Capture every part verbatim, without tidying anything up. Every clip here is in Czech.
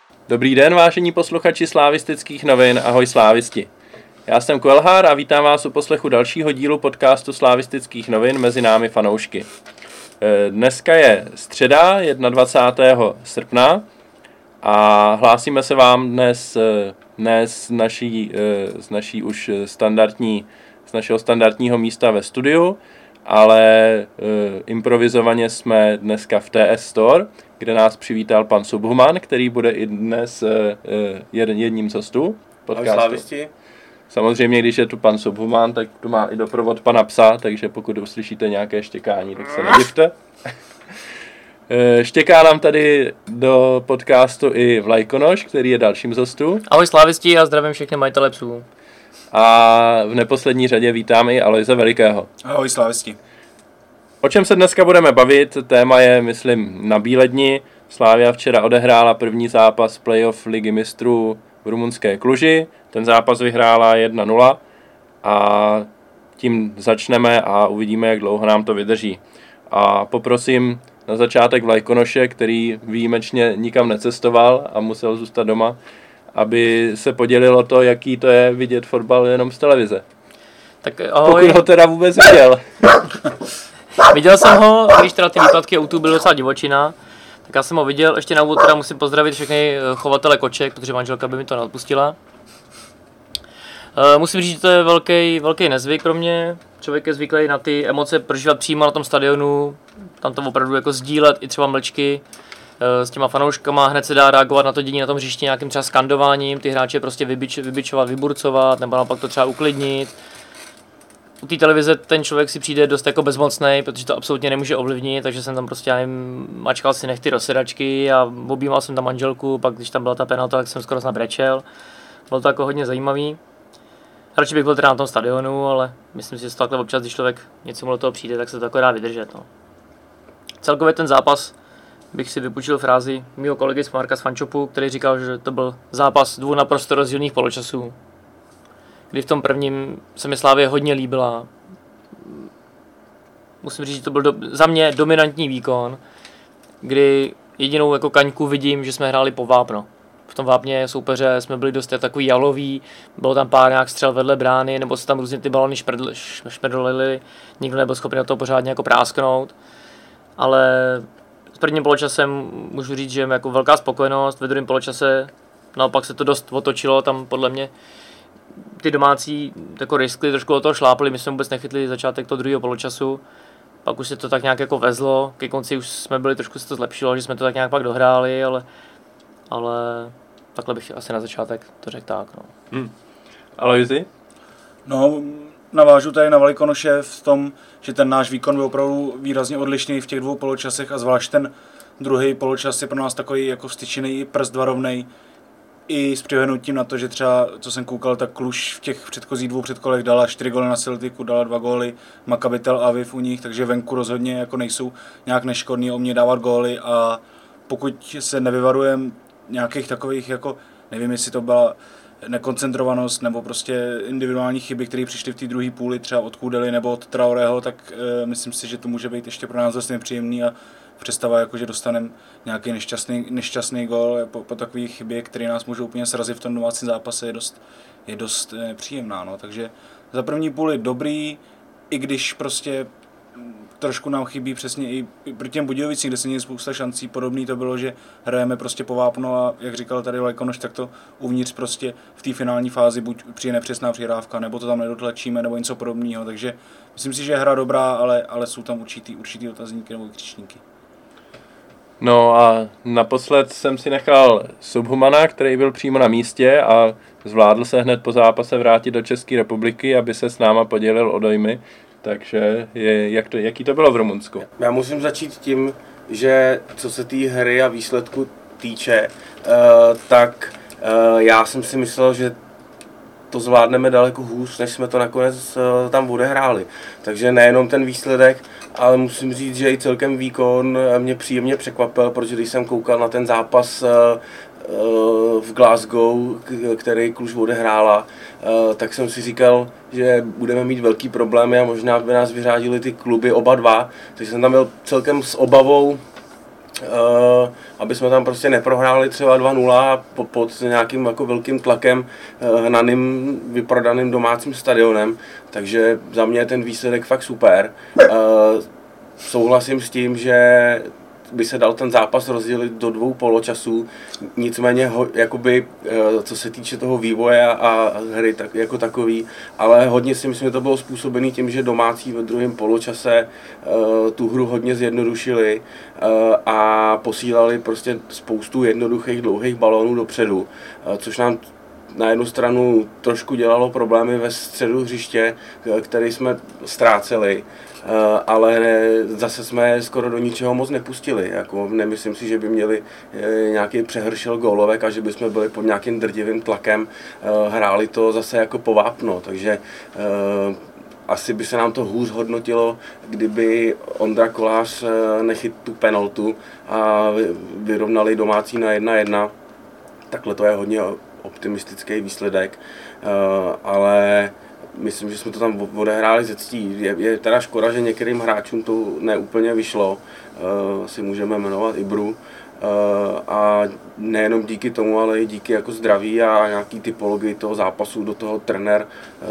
Dobrý den, vážení posluchači Slavistických novin, ahoj slávisti. Já jsem Kvelhár a vítám vás u poslechu dalšího dílu podcastu Slavistických novin Mezi námi fanoušky. Dneska je středa, dvacátého prvního srpna a hlásíme se vám dnes, dnes z, naší, z naší už standardní, z našeho standardního místa ve studiu, ale improvizovaně jsme dneska v T S Store, kde nás přivítal pan Subhuman, který bude i dnes jedním z hostů podcastu. Samozřejmě, když je tu pan Subhuman, tak tu má i doprovod pana psa, takže pokud uslyšíte nějaké štěkání, tak se nedivte. Štěká nám tady do podcastu i Vlajkonoš, který je dalším z hostů. Ahoj slávisti a zdravím všechny majitele psů. A v neposlední řadě vítám i Alojze Velikého. Ahoj slávisti. O čem se dneska budeme bavit? Téma je, myslím, na Bíledni. Slavia včera odehrála první zápas playoff Ligy mistrů v rumunské Kluži. Ten zápas vyhrála jedna nula a tím začneme a uvidíme, jak dlouho nám to vydrží. A poprosím na začátek Vlajkonoše, který výjimečně nikam necestoval a musel zůstat doma, aby se podělilo to, jaký to je vidět fotbal jenom z televize. Tak ahoj. Pokud ho teda vůbec viděl. Viděl jsem ho, když teda ty výpadky YouTube byly docela divočina, tak já jsem ho viděl. Ještě na úvod teda musím pozdravit všechny chovatele koček, protože manželka by mi to neodpustila. Musím říct, že to je velký, velký nezvyk pro mě. Člověk je zvyklý na ty emoce prožívat přímo na tom stadionu, tam to opravdu jako sdílet i třeba mlčky s těma fanouškama, hned se dá reagovat na to dění na tom hřišti nějakým třeba skandováním, ty hráče prostě vybič, vybičovat, vyburcovat, nebo naopak to třeba uklidnit. U té televize ten člověk si přijde dost jako bezmocnej, protože to absolutně nemůže ovlivnit, takže jsem tam prostě, já nevím, mačkal si nechty do sedačky a objímal jsem tam manželku, pak když tam byla ta penalta, tak jsem skoro snad brečel. Bylo to jako hodně zajímavý. Radši bych byl teda na tom stadionu, ale myslím si, že to takhle občas, když člověk něco mu do toho přijde, tak se to takové dá vydržet. No. Celkově ten zápas bych si vypůjčil frázi mýho kolegy z Marka z Fančopu, který říkal, že to byl zápas dvou naprosto rozdílných poločasů. Kdy v tom prvním se mi Slavie hodně líbila. Musím říct, že to byl do, za mě dominantní výkon, kdy jedinou jako kaňku vidím, že jsme hráli po vápno. V tom vápně soupeře jsme byli dost takový jaloví, bylo tam pár nějak střel vedle brány, nebo se tam různě ty balony šmrdolily, nikdo nebyl schopný na to pořádně jako prásknout. Ale s prvním poločasem můžu říct, že je jako velká spokojenost, ve druhém poločase naopak se to dost otočilo, tam podle mě ty domácí jako riskli, trošku do toho šlápli, my jsme vůbec nechytli začátek toho druhého poločasu, pak už se to tak nějak jako vezlo, ke konci už jsme byli, trošku se to zlepšilo, že jsme to tak nějak pak dohráli, ale, ale takhle bych asi na začátek to řekl tak. No. Hmm. Alojzi? No, navážu tady na Vlajkonoše v tom, že ten náš výkon byl opravdu výrazně odlišný v těch dvou poločasech a zvlášť ten druhý poločas je pro nás takový jako vstyčený prst varovnej. I s přihlédnutím na to, že třeba, co jsem koukal, tak Kluž v těch předchozích dvou předkolech dala čtyři góly na Celticu, dala dva góly, Maccabi Tel Aviv u nich, takže venku rozhodně jako nejsou nějak neškodní o mě dávat góly a pokud se nevyvarujeme nějakých takových, jako nevím, jestli to byla nekoncentrovanost nebo prostě individuální chyby, které přišly v té druhé půli, třeba od Kudely nebo od Traoreho, tak e, myslím si, že to může být ještě pro nás dost nepříjemný a představa, jako, že dostaneme nějaký nešťastný, nešťastný gól po, po takové chybě, které nás můžou úplně srazit v tom domácím zápase, je dost, je dost nepříjemná. No. Takže za první půli dobrý, i když prostě trošku nám chybí přesně i, i pro těm Budějovicím, kde se měli spousta šancí, podobný to bylo, že hrajeme prostě po vápno a jak říkal tady Vlajkonoš, tak to uvnitř prostě v té finální fázi buď přijde nepřesná přihrávka, nebo to tam nedotlačíme, nebo něco podobného. Takže myslím si, že je hra dobrá, ale, ale jsou tam určitý, určitý otazníky nebo křičníky. No a naposled jsem si nechal Subhumana, který byl přímo na místě a zvládl se hned po zápase vrátit do České republiky, aby se s náma podělil o dojmy. Takže je, jak to, jaký to bylo v Rumunsku? Já musím začít tím, že co se té hry a výsledku týče, uh, tak uh, já jsem si myslel, že to zvládneme daleko hůř, než jsme to nakonec uh, tam odehráli. Takže nejenom ten výsledek, ale musím říct, že i celkem výkon mě příjemně překvapil, protože když jsem koukal na ten zápas uh, v Glasgow, který Kluž odehrála, tak jsem si říkal, že budeme mít velký problémy a možná by nás vyřádili ty kluby oba dva. Takže jsem tam byl celkem s obavou, Uh, aby jsme tam prostě neprohráli třeba dva nula pod, pod nějakým jako velkým tlakem uh, hnaným, vyprodaným domácím stadionem, takže za mě je ten výsledek fakt super. Uh, souhlasím s tím, že by se dal ten zápas rozdělit do dvou poločasů, nicméně ho, jakoby, co se týče toho vývoje a hry tak, jako takový, ale hodně si myslím, že to bylo způsobené tím, že domácí ve druhém poločase uh, tu hru hodně zjednodušili uh, a posílali prostě spoustu jednoduchých dlouhých balónů dopředu, uh, což nám na jednu stranu trošku dělalo problémy ve středu hřiště, který jsme ztráceli, ale zase jsme skoro do ničeho moc nepustili. Jako nemyslím si, že by měli nějaký přehršel gólovek a že by jsme byli pod nějakým drtivým tlakem. Hráli to zase jako povápno, takže asi by se nám to hůř hodnotilo, kdyby Ondra Kolář nechyt tu penaltu a vyrovnali domácí na jedna jedna. Takhle to je hodně optimistický výsledek, ale myslím, že jsme to tam odehráli ze ctí. Je, je teda škoda, že některým hráčům to neúplně vyšlo, si můžeme jmenovat Ibru, a nejenom díky tomu, ale i díky jako zdraví a nějaký typologii toho zápasu do toho trenér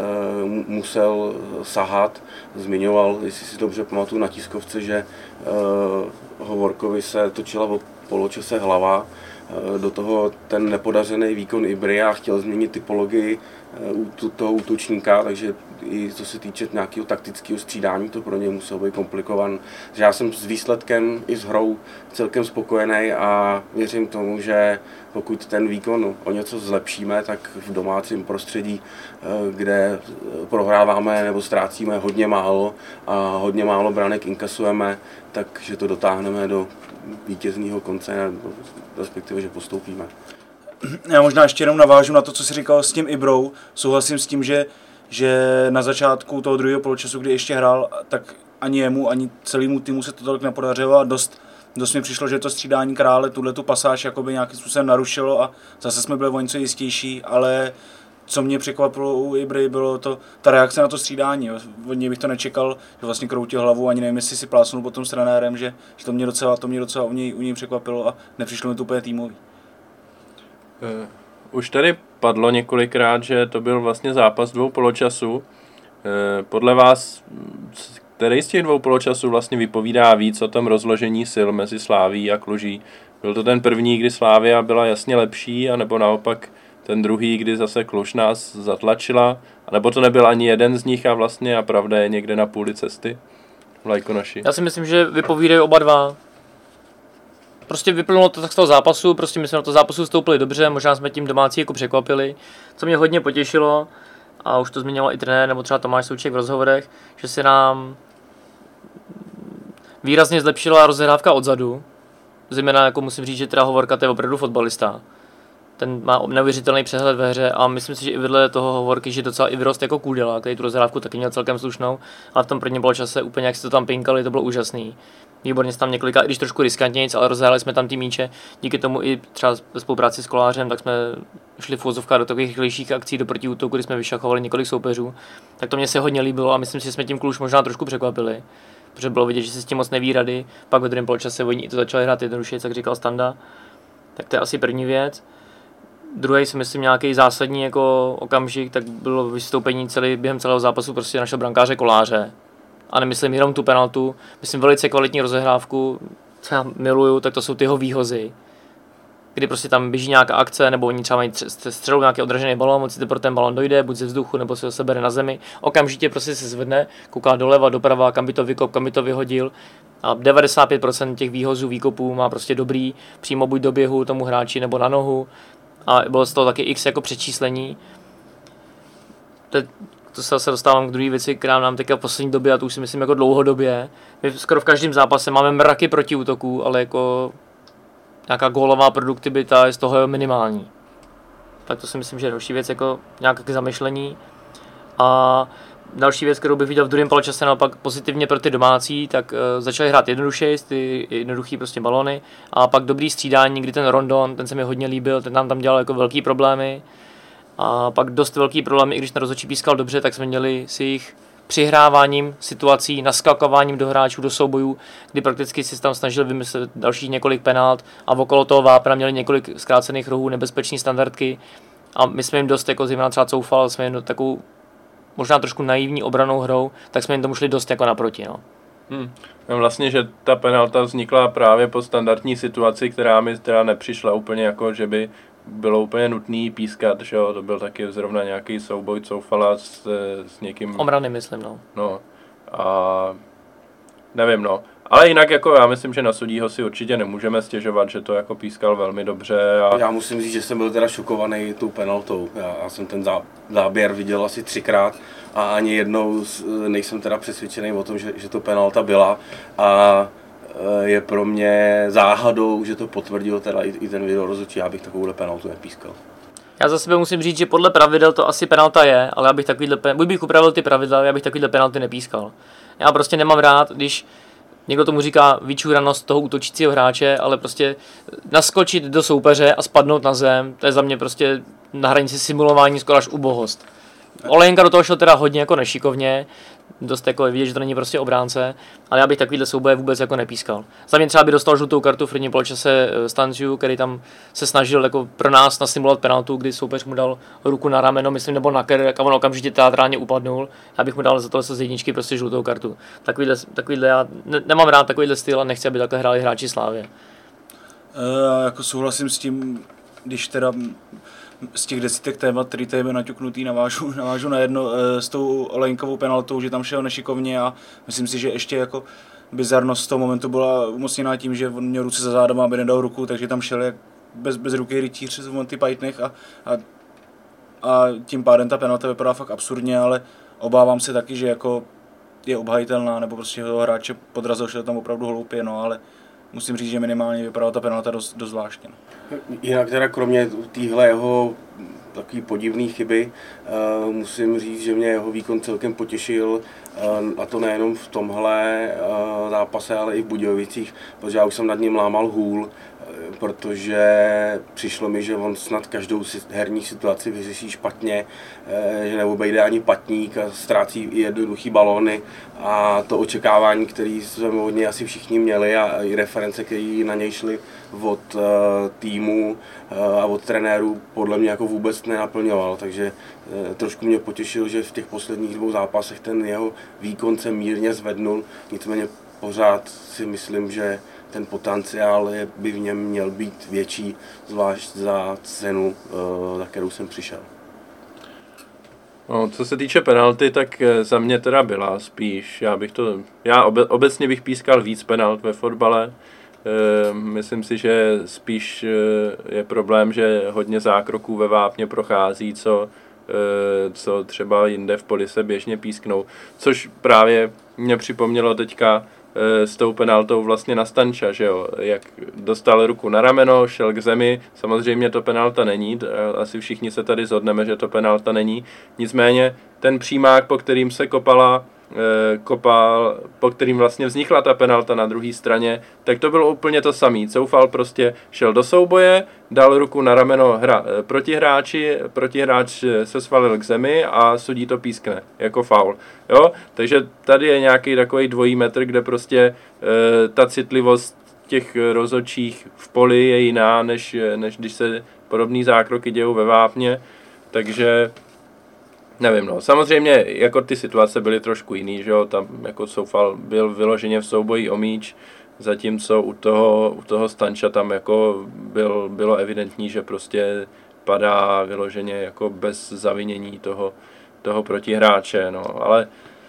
musel sahat. Zmiňoval, jestli si dobře pamatuju na tiskovce, že Hovorkovi se točila v poločase hlava, do toho ten nepodařený výkon Ibry a chtěl změnit typologii toho útočníka, takže i co se týče nějakého taktického střídání, to pro ně muselo být komplikované. Takže já jsem s výsledkem i s hrou celkem spokojený a věřím tomu, že pokud ten výkon o něco zlepšíme, tak v domácím prostředí, kde prohráváme nebo ztrácíme hodně málo a hodně málo branek inkasujeme, takže to dotáhneme do vítězného konce, respektive, že postoupíme. Já možná ještě jenom navážu na to, co jsi říkal s tím Ibrou. Souhlasím s tím, že, že na začátku toho druhého poločasu, kdy ještě hrál, tak ani jemu, ani celému týmu se to tolik nepodařilo a dost, dost mi přišlo, že to střídání Krále tuhle tu pasáž jakoby nějakým způsobem narušilo a zase jsme byli o něco jistější, ale co mě překvapilo u Ibry, bylo to ta reakce na to střídání. Od něj bych to nečekal, že vlastně kroutil hlavu, ani nevím, jestli si plásnul potom s trenérem, že, že to mě docela, to mě docela u něj, u něj překvapilo a nepřišlo mi to úplně týmový. Uh, už tady padlo několikrát, že to byl vlastně zápas dvou poločasů. Uh, podle vás, který z těch dvou poločasů vlastně vypovídá víc o tom rozložení sil mezi Slávií a Kluží? Byl to ten první, kdy Slavia byla jasně lepší, anebo naopak ten druhý, kdy zase Kluž nás zatlačila, anebo to nebyl ani jeden z nich a vlastně a pravda je někde na půli cesty v Lajkonoši? Já si myslím, že vypovídají oba dva. Prostě vyplynulo to tak z toho zápasu, prostě my jsme na to zápasu vstoupili dobře, možná jsme tím domácí jako překvapili. Co mě hodně potěšilo, a už to zmiňoval i trenér, nebo třeba Tomáš Souček v rozhovorech, že se nám výrazně zlepšila rozehrávka odzadu. Zejména jako musím říct, že teda Hovorka to je opravdu fotbalista. Ten má neuvěřitelný přehled ve hře a myslím si, že i vedle toho Hovorky, že docela i vyrost jako Kůděla, který tu rozehrávku taky měl celkem slušnou, ale v tom prvním poločase úplně jak si to tam pinkali, to bylo úžasný. Výborně se tam několika, i když trošku riskantnějc, ale rozhráli jsme tam ty míče. Díky tomu i třeba ve spolupráci s Kolářem, tak jsme šli v úvozovkách do takových rychlejších akcí do protiútoku, kdy jsme vyšachovali několik soupeřů. Tak to mě se hodně líbilo a myslím si, že jsme tím Kluž možná trošku překvapili, protože bylo vidět, že se s tím moc neví rady. Pak ve druhém poločase oni to začali hrát jednoduše, jak říkal Standa. Tak to je asi první věc. Druhý si myslím nějaký zásadní jako okamžik, tak bylo vystoupení celý, během celého zápasu prostě našeho brankáře Koláře. A nemyslím jenom tu penaltu, myslím velice kvalitní rozehrávku, co já miluju, tak to jsou ty jeho výhozy. Kdy prostě tam běží nějaká akce, nebo oni třeba mají střelu nějaký odražený balón, moc si pro ten balón dojde, buď ze vzduchu, nebo se ho sebere na zemi. Okamžitě prostě se zvedne, kouká doleva, doprava, kam by to vykop, kam by to vyhodil. A devadesát pět procent těch výhozů, výkopů má prostě dobrý, přímo buď do běhu tomu hráči, nebo na nohu. A bylo z toho taky x jako přečíslení. Teď to se zase dostávám k druhé věci, která nám teďka v poslední době, a to už si myslím jako dlouhodobě. My skoro v každém zápase máme mraky protiútoků, ale jako nějaká gólová produktivita je z toho minimální. Tak to si myslím, že je další věc jako nějaké k zamyšlení. A další věc, kterou bych viděl v druhém poločase naopak pozitivně pro ty domácí, tak uh, začali hrát jednodušeji, ty jednoduchý prostě balony. A pak dobrý střídání, kdy ten Rondon, ten se mi hodně líbil, ten nám tam dělal jako velký problémy. A pak dost velký problém, i když ten rozhodčí pískal dobře, tak jsme měli si jich přihráváním situací, naskakováním do hráčů, do soubojů, kdy prakticky si tam snažil vymyslet dalších několik penalt a okolo toho vápna měli několik zkrácených rohů, nebezpečné standardky a my jsme jim dost, jako zejména třeba Coufal, jsme jim do takovou možná trošku naivní obranou hrou, tak jsme jim tomu šli dost jako naproti. No. Hmm. Vlastně, že ta penalta vznikla právě po standardní situaci, která mi teda nepřišla úplně jako, že by bylo úplně nutný pískat, že jo, to byl taky zrovna nějaký souboj Coufala s, s někým... Obrany, myslím, no. No, a nevím, no. Ale jinak jako já myslím, že na sudího si určitě nemůžeme stěžovat, že to jako pískal velmi dobře. A... Já musím říct, že jsem byl teda šokovaný tou penaltou. Já, já jsem ten zá, záběr viděl asi třikrát a ani jednou nejsem teda přesvědčený o tom, že, že to penalta byla. A je pro mě záhadou, že to potvrdil teda i, i ten videorozhodčí, já bych takovouhle penaltu nepískal. Já za sebe musím říct, že podle pravidel to asi penalta je, ale já bych takovýhle, buď bych upravil ty pravidla, já bych takovýhle penalty nepískal. Já prostě nemám rád, když někdo tomu říká vyčuranost toho útočícího hráče, ale prostě naskočit do soupeře a spadnout na zem, to je za mě prostě na hranici simulování skoro až ubohost. Olejnka do toho šel teda hodně jako nešikovně, dost jako vidět, že to není prostě obránce, ale já bych takovýhle souboje vůbec jako nepískal. Za mě třeba by dostal žlutou kartu v prvním poločase Stanciu, který tam se snažil jako pro nás nasimulovat penaltu, kdy soupeř mu dal ruku na rameno, myslím, nebo na krk a on okamžitě teatrálně upadnul. Já bych mu dal za to z jedničky prostě žlutou kartu. Takovýhle, takovýhle já ne, nemám rád takovýhle styl a nechci, aby takhle hráli hráči Slávie. Já jako souhlasím s tím, když teda z těch desítek témat, který tady byl naťuknutý, navážu, navážu na jedno e, s tou Olejnkovou penaltou, že tam šel nešikovně a myslím si, že ještě jako bizarnost z toho momentu byla umocněná tím, že on měl ruce za zádama, aby nedal ruku, takže tam šel jak bez, bez ruky rytíř v Monty Pythonech a, a, a tím pádem ta penalta vypadá fakt absurdně, ale obávám se taky, že jako je obhajitelná, nebo prostě toho hráče podrazil, šel tam opravdu hloupě, no ale musím říct, že minimálně vypadala ta penalta dost, dost zvláštně. Jinak teda kromě téhle jeho takový podivný chyby, uh, musím říct, že mě jeho výkon celkem potěšil, uh, a to nejenom v tomhle uh, zápase, ale i v Budějovicích, protože já už jsem nad ním lámal hůl, uh, protože přišlo mi, že on snad každou herní situaci vyřeší špatně, uh, že neobejde ani patník a ztrácí i jednoduchý balóny a to očekávání, které jsme od něj asi všichni měli a i reference, které na něj šly od uh, týmu uh, a od trenérů, podle mě jako vůbec nenaplňoval, takže uh, trošku mě potěšil, že v těch posledních dvou zápasech ten jeho výkon se mírně zvednul, nicméně pořád si myslím, že ten potenciál je, by v něm měl být větší, zvlášť za cenu, uh, za kterou jsem přišel. No, co se týče penalty, tak za mě teda byla spíš, já bych to, já obe, obecně bych pískal víc penalt ve fotbale. E, myslím si, že spíš je problém, že hodně zákroků ve vápně prochází, co, e, co třeba jinde v poli se běžně písknou. Což právě mě připomnělo teďka e, s tou penaltou vlastně na Stanča, že jo, jak dostal ruku na rameno, šel k zemi, samozřejmě to penalta není, asi všichni se tady shodneme, že to penalta není, nicméně ten přímák, po kterým se kopala kopal, po kterým vlastně vznikla ta penalta na druhé straně, tak to bylo úplně to samé. Coufal prostě šel do souboje, dal ruku na rameno hra, protihráči, protihráč se svalil k zemi a sudí to pískne jako faul. Jo? Takže tady je nějaký takový dvojí metr, kde prostě e, ta citlivost těch rozhodčích v poli je jiná, než, než když se podobné zákroky dějou ve vápně. Takže nevím, no. Samozřejmě jako ty situace byly trošku jiný, že jo, tam jako Coufal byl vyloženě v souboji o míč, zatímco u toho, u toho Stanča tam jako byl, bylo evidentní, že prostě padá vyloženě jako bez zavinění toho, toho protihráče, no, ale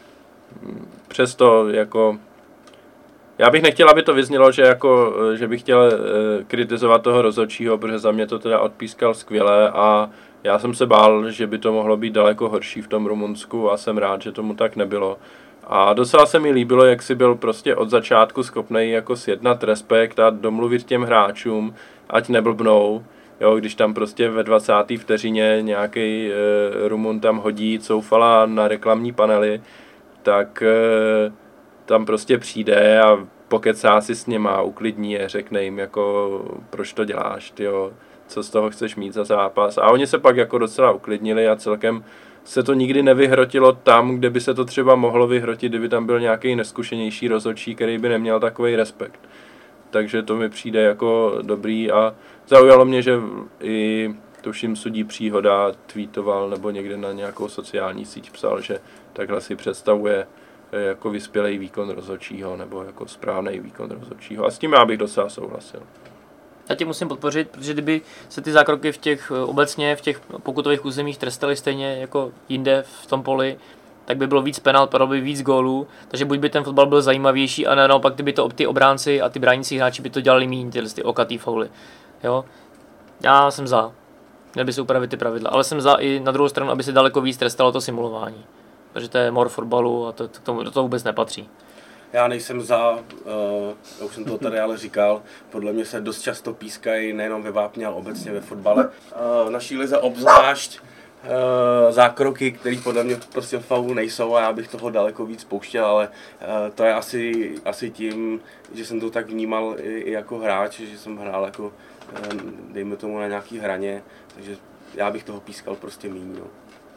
přesto jako já bych nechtěl, aby to vyznělo, že, jako, že bych chtěl kritizovat toho rozhodčího, protože za mě to teda odpískal skvěle a já jsem se bál, že by to mohlo být daleko horší v tom Rumunsku a jsem rád, že tomu tak nebylo. A docela se mi líbilo, jak si byl prostě od začátku schopnej jako sjednat respekt a domluvit těm hráčům, ať neblbnou. Jo, když tam prostě ve dvacáté vteřině nějaký e, Rumun tam hodí Coufala na reklamní panely, tak e, tam prostě přijde a pokecá si s něma, uklidní je, řekne jim jako proč to děláš, tyjo, co z toho chceš mít za zápas. A oni se pak jako docela uklidnili a celkem, se to nikdy nevyhrotilo tam, kde by se to třeba mohlo vyhrotit, kdyby tam byl nějaký neskušenější rozhodčí, který by neměl takový respekt. Takže to mi přijde jako dobrý a zaujalo mě, že i tuším sudí Příhoda tweetoval nebo někde na nějakou sociální síť psal, že takhle si představuje jako vyspělej výkon rozhodčího nebo jako správný výkon rozhodčího. A s tím já bych docela souhlasil. Já tě musím podpořit, protože kdyby se ty zákroky v těch obecně v těch pokutových územích trestaly stejně jako jinde v tom poli, tak by bylo víc penalt, padlo by víc gólů, takže buď by ten fotbal byl zajímavější, a ne naopak kdyby to ty obránci a ty bránící hráči by to dělali méně, tyhle ty okatý fauly. Jo? Já jsem za. Měl by se upravit ty pravidla, ale jsem za i na druhou stranu, aby se daleko víc trestalo to simulování. Protože to je mor fotbalu a to, to, to, to, to vůbec nepatří. Já nejsem za, uh, já už jsem to tady ale říkal, podle mě se dost často pískají nejenom ve vápně, ale obecně ve fotbale. Uh, v naší lize obzvlášť uh, zákroky, které podle mě prostě v faulu nejsou a já bych toho daleko víc pouštěl, ale uh, to je asi, asi tím, že jsem to tak vnímal i, i jako hráč, že jsem hrál jako, uh, dejme tomu na nějaký hraně, takže já bych toho pískal prostě míň. No.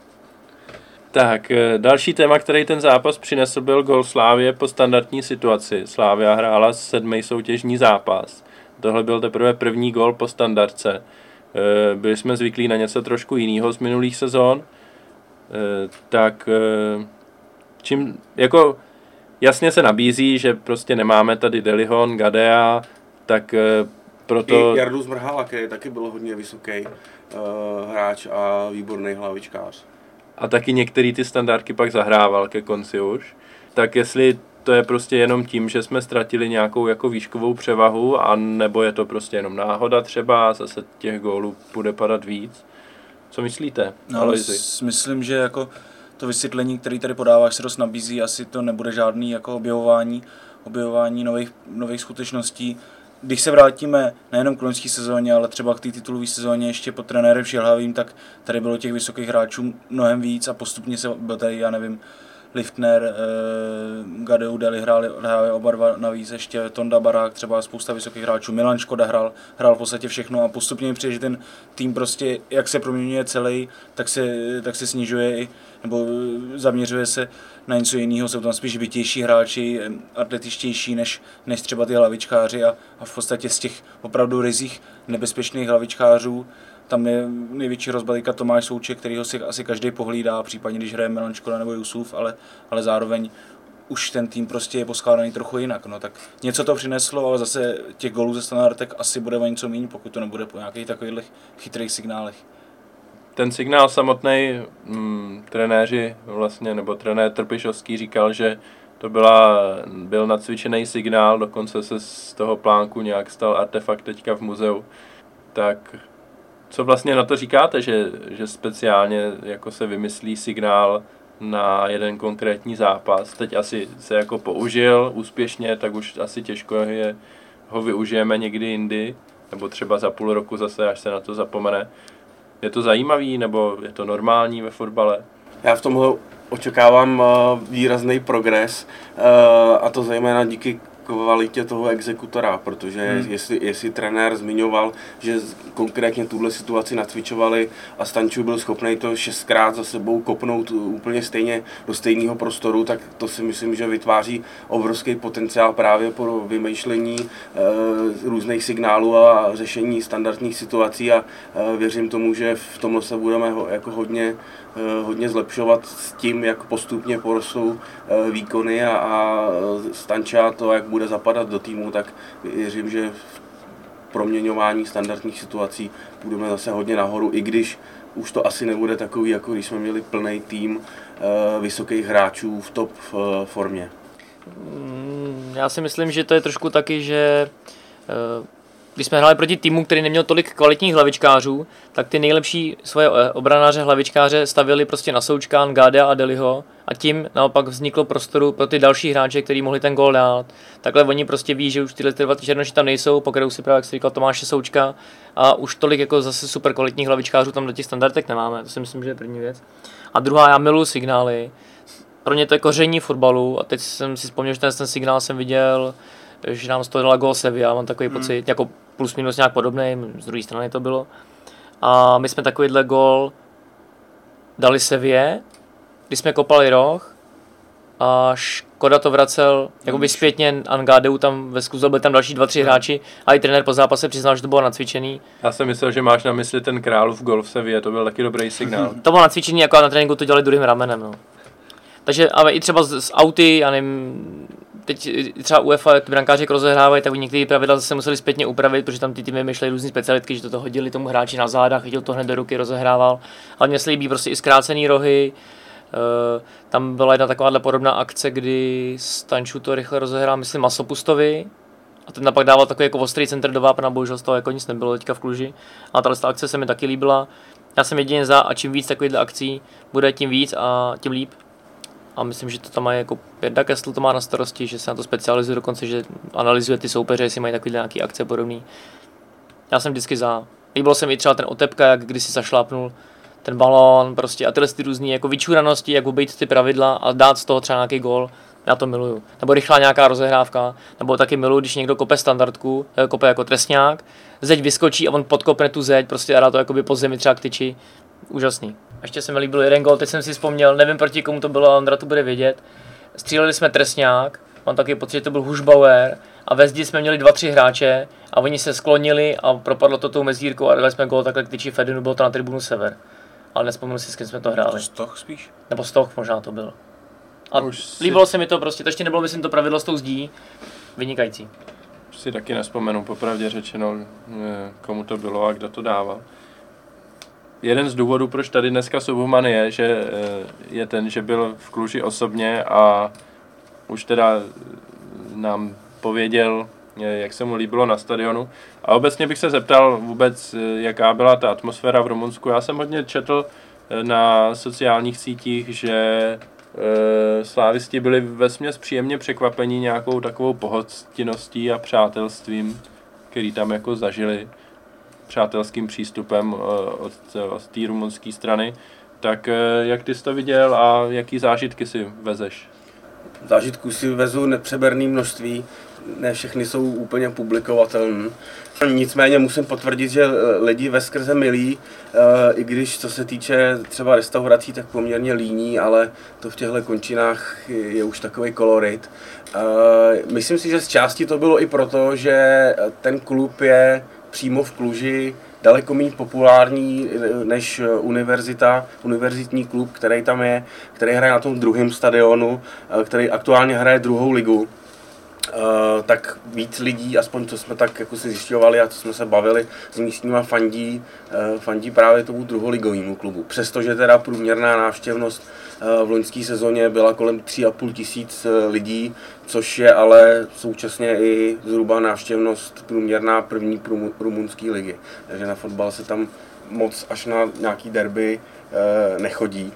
Tak, další téma, který ten zápas přinesl, byl gól Slávie po standardní situaci. Slávia hrála sedmý soutěžní zápas. Tohle byl teprve první gól po standardce. Byli jsme zvyklí na něco trošku jiného z minulých sezon. Tak čím, jako jasně se nabízí, že prostě nemáme tady Delihon, Gadea, tak proto... I Jardu Zmrhala, který taky byl hodně vysoký uh, hráč a výborný hlavičkář. A taky některý ty standardky pak zahrával ke konci už. Tak jestli to je prostě jenom tím, že jsme ztratili nějakou jako výškovou převahu, a nebo je to prostě jenom náhoda třeba a zase těch gólů bude padat víc. Co myslíte? No, myslím, že jako to vysvětlení, které tady podáváš, se dost nabízí, asi to nebude žádný jako objevování, objevování nových, nových skutečností. Když se vrátíme nejenom k loňské sezóně, ale třeba k té titulové sezóně ještě pod trenérem Šilhavým, tak tady bylo těch vysokých hráčů mnohem víc a postupně se byl tady, já nevím, Liftner, eh, Gadeu, Deli hráli, hráli oba dva navíc, ještě Tonda Barák, třeba spousta vysokých hráčů, Milan Škoda hrál, hrál v podstatě všechno a postupně mi přijde, že ten tým prostě, jak se proměňuje celý, tak se, tak se snižuje i, nebo zaměřuje se na něco jiného, jsou tam spíš bytější hráči, atletičtější než, než třeba ty hlavičkáři a, a v podstatě z těch opravdu ryzích nebezpečných hlavičkářů tam je největší hrozba teďka Tomáš Souček, kterýho si asi každý pohlídá, případně když hraje Milan Škoda nebo Jusuf, ale, ale zároveň už ten tým prostě je poskládaný trochu jinak. No, tak něco to přineslo, ale zase těch gólů ze standardek asi bude o něco méně, pokud to nebude po nějakých takových chytrých signálech. Ten signál samotný mm, trenéři vlastně, nebo trenér Trpišovský říkal, že to byla, byl nacvičený signál, dokonce se z toho plánku nějak stal artefakt teďka v muzeu. Tak co vlastně na to říkáte, že, že speciálně jako se vymyslí signál na jeden konkrétní zápas? Teď asi se jako použil úspěšně, tak už asi těžko je, ho využijeme někdy jindy, nebo třeba za půl roku zase, až se na to zapomene. Je to zajímavý, nebo je to normální ve fotbale? Já v tomhle očekávám výrazný progres, a to zejména díky kvalitě toho exekutora, protože hmm. jestli, jestli trenér zmiňoval, že konkrétně tuhle situaci nacvičovali a Stanču byl schopný to šestkrát za sebou kopnout úplně stejně do stejného prostoru, tak to si myslím, že vytváří obrovský potenciál právě pro vymýšlení e, různých signálů a řešení standardních situací a e, věřím tomu, že v tomhle se budeme ho, jako hodně hodně zlepšovat s tím, jak postupně porostou výkony a, a Stanča to, jak bude zapadat do týmu, tak věřím, že v proměňování standardních situací budeme zase hodně nahoru, i když už to asi nebude takový, jako když jsme měli plný tým vysokých hráčů v top formě. Já si myslím, že to je trošku taky, že když jsme hráli proti týmu, který neměl tolik kvalitních hlavičkářů, tak ty nejlepší svoje obranáře hlavičkáře stavěli prostě na Součka, Gadea a Deliho a tím naopak vzniklo prostoru pro ty další hráče, kteří mohli ten gól dát. Takhle oni prostě ví, že už tyhle dva černoši tam nejsou, pokrajou si právě, jak jsi říkal, Tomáše Součka a už tolik jako zase super kvalitních hlavičkářů tam do těch standardek nemáme, to si myslím, že je první věc. A druhá, já miluji signály, pro mě to je koření fotbalu a teď jsem si vzpomněl, že ten, ten signál jsem viděl, že nám z toho dala gól Sevilla, mám takový hmm. pocit, jako plus minus nějak podobný, z druhé strany to bylo. A my jsme takovýhle gól dali Sevě, když jsme kopali roh, a Škoda to vracel jakoby zpětně Angádeu tam ve skluzu, byli tam další dva, tři hráči a i trenér po zápase přiznal, že to bylo nacvičený. Já jsem myslel, že máš na mysli ten Králův gol v Sevě, to byl taky dobrý signál. To bylo nacvičený, jako na tréninku to dělali druhým ramenem. No. Takže ale i třeba z, z auty, já nevím, teď třeba UEFA, jak brankáři rozehrávají, tak některé pravidla zase museli zpětně upravit, protože tam ty týmy myšleli různý specialitky, že to, to hodili tomu hráči na záda, chytil to hned do ruky, rozehrával. Ale mně se líbí prostě i zkrácený rohy. Uh, tam byla jedna takováhle podobná akce, kdy Stanču to rychle rozehrál, myslím, Masopustovi. A ten napak dával takový jako ostrý center do vápna, bohužel z toho jako nic nebylo teďka v Kluži. A tahle akce se mi taky líbila. Já jsem jedině za a čím víc takovýchhle akcí bude, tím víc a tím líp. A myslím, že to tam má jako Pěrda Kessl to má na starosti, že se na to specializuje dokonce, že analyzuje ty soupeře, jestli mají takovýhle nějaký akce podobný. Já jsem vždycky za. Líbilo se mi třeba ten Otepka, jak když si zašlápnul ten balón prostě a tyhle ty různý jako vyčuranosti, jak obejít ty pravidla a dát z toho třeba nějaký gól. Já to miluju. Nebo rychlá nějaká rozehrávka, nebo taky miluju, když někdo kope standardku, kope jako trestňák, zeď vyskočí a on podkopne tu zeď, prostě a dá to jakoby po zemi třeba k tyči. Úžasný. Ještě se mi líbil jeden gól, teď jsem si vzpomněl, nevím proti komu to bylo, Ondra to bude vědět. Stříleli jsme trestňák, mám taky pocit, že to byl Hušbauer a ve zdi jsme měli dva, tři hráče a oni se sklonili a propadlo to tou mezírkou a dali jsme gól takhle k tyči Fedinu, bylo to na tribunu Sever. Ale nespomínám si, s kým jsme to hráli. Stoch spíš? Nebo Stoch možná to byl. A líbilo se mi to prostě, to ještě nebylo, myslím, to pravidlo s tou zdí. Vynikající. Už si taky nespomenu, popravdě řečeno, komu to bylo a kdo to dával. Jeden z důvodů, proč tady dneska Subhuman je, že je ten, že byl v Kluži osobně a už teda nám pověděl, jak se mu líbilo na stadionu. A obecně bych se zeptal vůbec, jaká byla ta atmosféra v Rumunsku. Já jsem hodně četl na sociálních sítích, že e, slávisti byli vesměs příjemně překvapení nějakou takovou pohostinností a přátelstvím, který tam jako zažili, přátelským přístupem od, od té rumunské strany. Tak jak ty jsi to viděl a jaký zážitky si vezeš? Zážitků si vezu nepřeberné množství, ne všechny jsou úplně publikovatelné. Nicméně musím potvrdit, že lidi veskrze milí, i když co se týče třeba restaurací, tak poměrně líní, ale to v těchto končinách je už takový kolorit. Myslím si, že z části to bylo i proto, že ten klub je přímo v Kluži daleko méně populární než univerzita, univerzitní klub, který tam je, který hraje na tom druhém stadionu, který aktuálně hraje druhou ligu. Uh, tak víc lidí, aspoň co jsme tak jako si zjišťovali a co jsme se bavili s místníma, fandí, uh, fandí právě tomu druholigovému klubu. Přestože teda průměrná návštěvnost uh, v loňské sezóně byla kolem tři a půl tisíc uh, lidí, což je ale současně i zhruba návštěvnost průměrná první prumu, rumunské ligy. Takže na fotbal se tam moc až na nějaký derby uh, nechodí.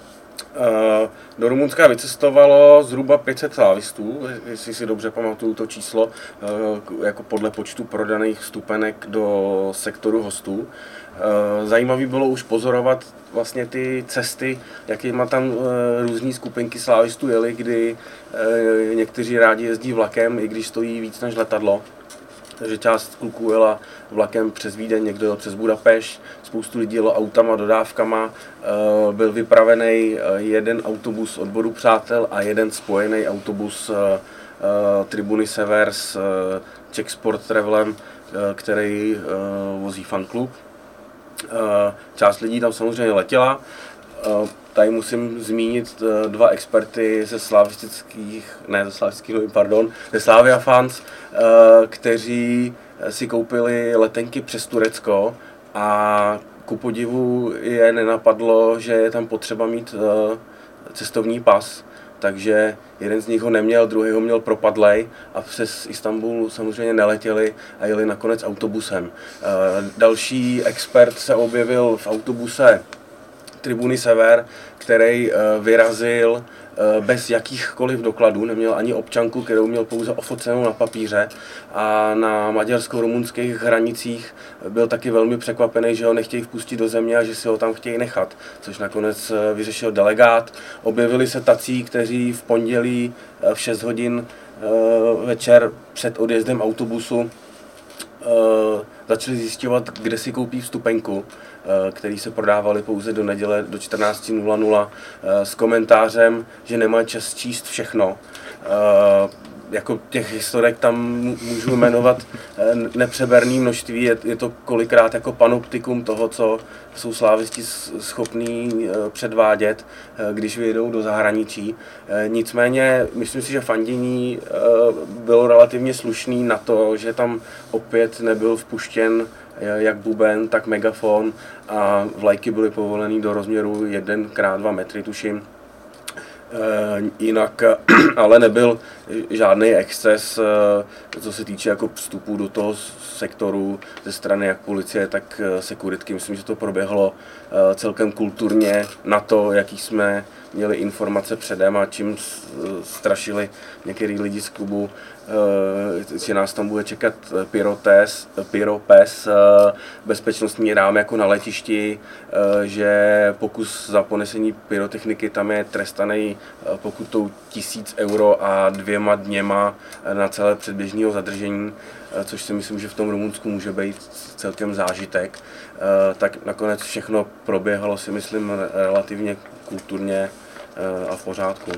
Do Rumunska vycestovalo zhruba pět set slávistů, jestli si dobře pamatuju to číslo, jako podle počtu prodaných vstupenek do sektoru hostů. Zajímavý bylo už pozorovat vlastně ty cesty, jakýma tam různý skupinky slávistů jeli, kdy někteří rádi jezdí vlakem, i když stojí víc než letadlo. Takže část kluků jela vlakem přes Vídeň, někdo jel přes Budapešť, spoustu lidí jelo autama, dodávkama, byl vypravený jeden autobus odboru Přátel a jeden spojený autobus Tribuny Sever s Czech Sport Travelem, který vozí fanklub. Část lidí tam samozřejmě letěla. Tady musím zmínit dva experty ze slavistických, ne ze slavistických, pardon, ze Slavia Fans, kteří si koupili letenky přes Turecko a ku podivu je nenapadlo, že je tam potřeba mít cestovní pas. Takže jeden z nich ho neměl, druhý ho měl propadlej a přes Istanbul samozřejmě neletěli a jeli nakonec autobusem. Další expert se objevil v autobuse Tribuny Sever, který vyrazil bez jakýchkoliv dokladů, neměl ani občanku, kterou měl pouze ofocenou na papíře a na maďarsko-rumunských hranicích byl taky velmi překvapený, že ho nechtějí vpustit do země a že si ho tam chtějí nechat, což nakonec vyřešil delegát. Objevili se tací, kteří v pondělí v šest hodin večer před odjezdem autobusu začali zjišťovat, kde si koupí vstupenku, který se prodávali pouze do neděle do čtrnáct nula nula s komentářem, že nemá čas číst všechno. Jako těch historek tam můžu jmenovat nepřeberné množství, je, je to kolikrát jako panoptikum toho, co jsou slávisti schopní předvádět, když vyjedou do zahraničí. Nicméně myslím si, že fandění bylo relativně slušný na to, že tam opět nebyl vpuštěn jak buben, tak megafon a vlajky byly povoleny do rozměru jeden krát dva metry, tuším. Jinak ale nebyl žádný exces, co se týče jako vstupu do toho sektoru ze strany jak policie, tak sekuritky. Myslím, že to proběhlo celkem kulturně na to, jaký jsme měli informace předem a čím strašili některý lidi z klubu, že nás tam bude čekat pyrotes, pyropes, bezpečnostní rám jako na letišti, že pokus za ponesení pyrotechniky tam je trestaný pokutou tisíc euro a dvěma dněma na celé předběžného zadržení, což si myslím, že v tom Rumunsku může být celkem zážitek. Tak nakonec všechno proběhlo, si myslím, relativně kulturně a v pořádku.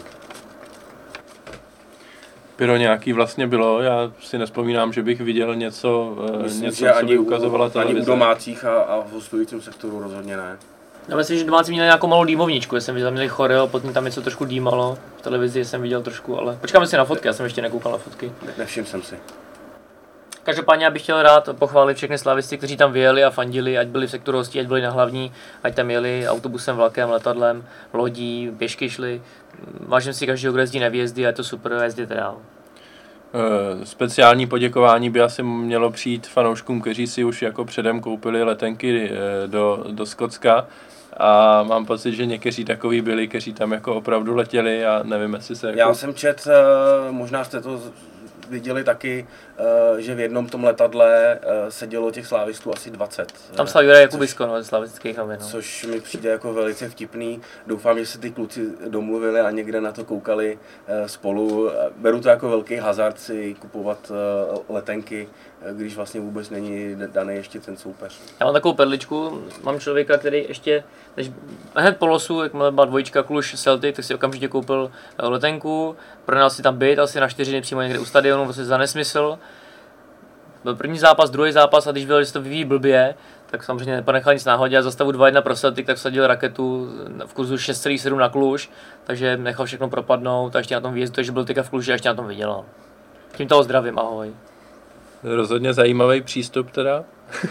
Pyro nějaký vlastně bylo, já si nevzpomínám, že bych viděl něco, myslím, něco že co ani by ukazovala televize. Ani u domácích a, a v hostujícím sektoru rozhodně ne. Já myslím, že domácí měli nějakou malou dýmovničku, já jsem viděl, měli choreo, potom tam něco trošku dýmalo, v televizi jsem viděl trošku, ale počkáme si na fotky, já jsem ještě nekoukal na fotky. Ne, nevšiml jsem si. Každopádně já bych chtěl rád pochválit všechny slavisty, kteří tam vyjeli a fandili, ať byli v sektoru hostí, ať byli na hlavní, ať tam jeli autobusem, vlakem, letadlem, lodí, pěšky šli. Vážím si každého, kdo jezdí na výjezdy a je to super, jezděte dál. Speciální poděkování by asi mělo přijít fanouškům, kteří si už jako předem koupili letenky do, do Skotska. A mám pocit, že někteří takový byli, kteří tam jako opravdu letěli a nevím, jestli se... Jako... Já jsem čet, možná jste to viděli taky, že v jednom tom letadle sedělo těch slávistů asi dvacet. Tam stál Juraj Jakubisko, no, ze slavistických novin. No. Což mi přijde jako velice vtipný. Doufám, že se ty kluci domluvili a někde na to koukali spolu. Beru to jako velký hazard si kupovat letenky, když vlastně vůbec není daný ještě ten soupeř. Já mám takovou perličku, mám člověka, který ještě než hned po losu, jak byla dvojička Kluž Celtic, tak si okamžitě koupil letenku, pronajal si tam byt, asi na čtyři dny přímo někde u stadionu, prostě za nesmysl. Byl první zápas, druhý zápas a když viděl, že se to vyvíjí blbě, tak samozřejmě neponechal nic náhodě a za stavu dva jedna pro Celtic, tak vsadil raketu v kurzu šest celá sedm na Kluž, takže nechal všechno propadnout a ještě na tom výjezdu, takže byl teďka v Kluži a ještě na tom vydělal. Tím toho zdravím, ahoj. Rozhodně zajímavý přístup teda.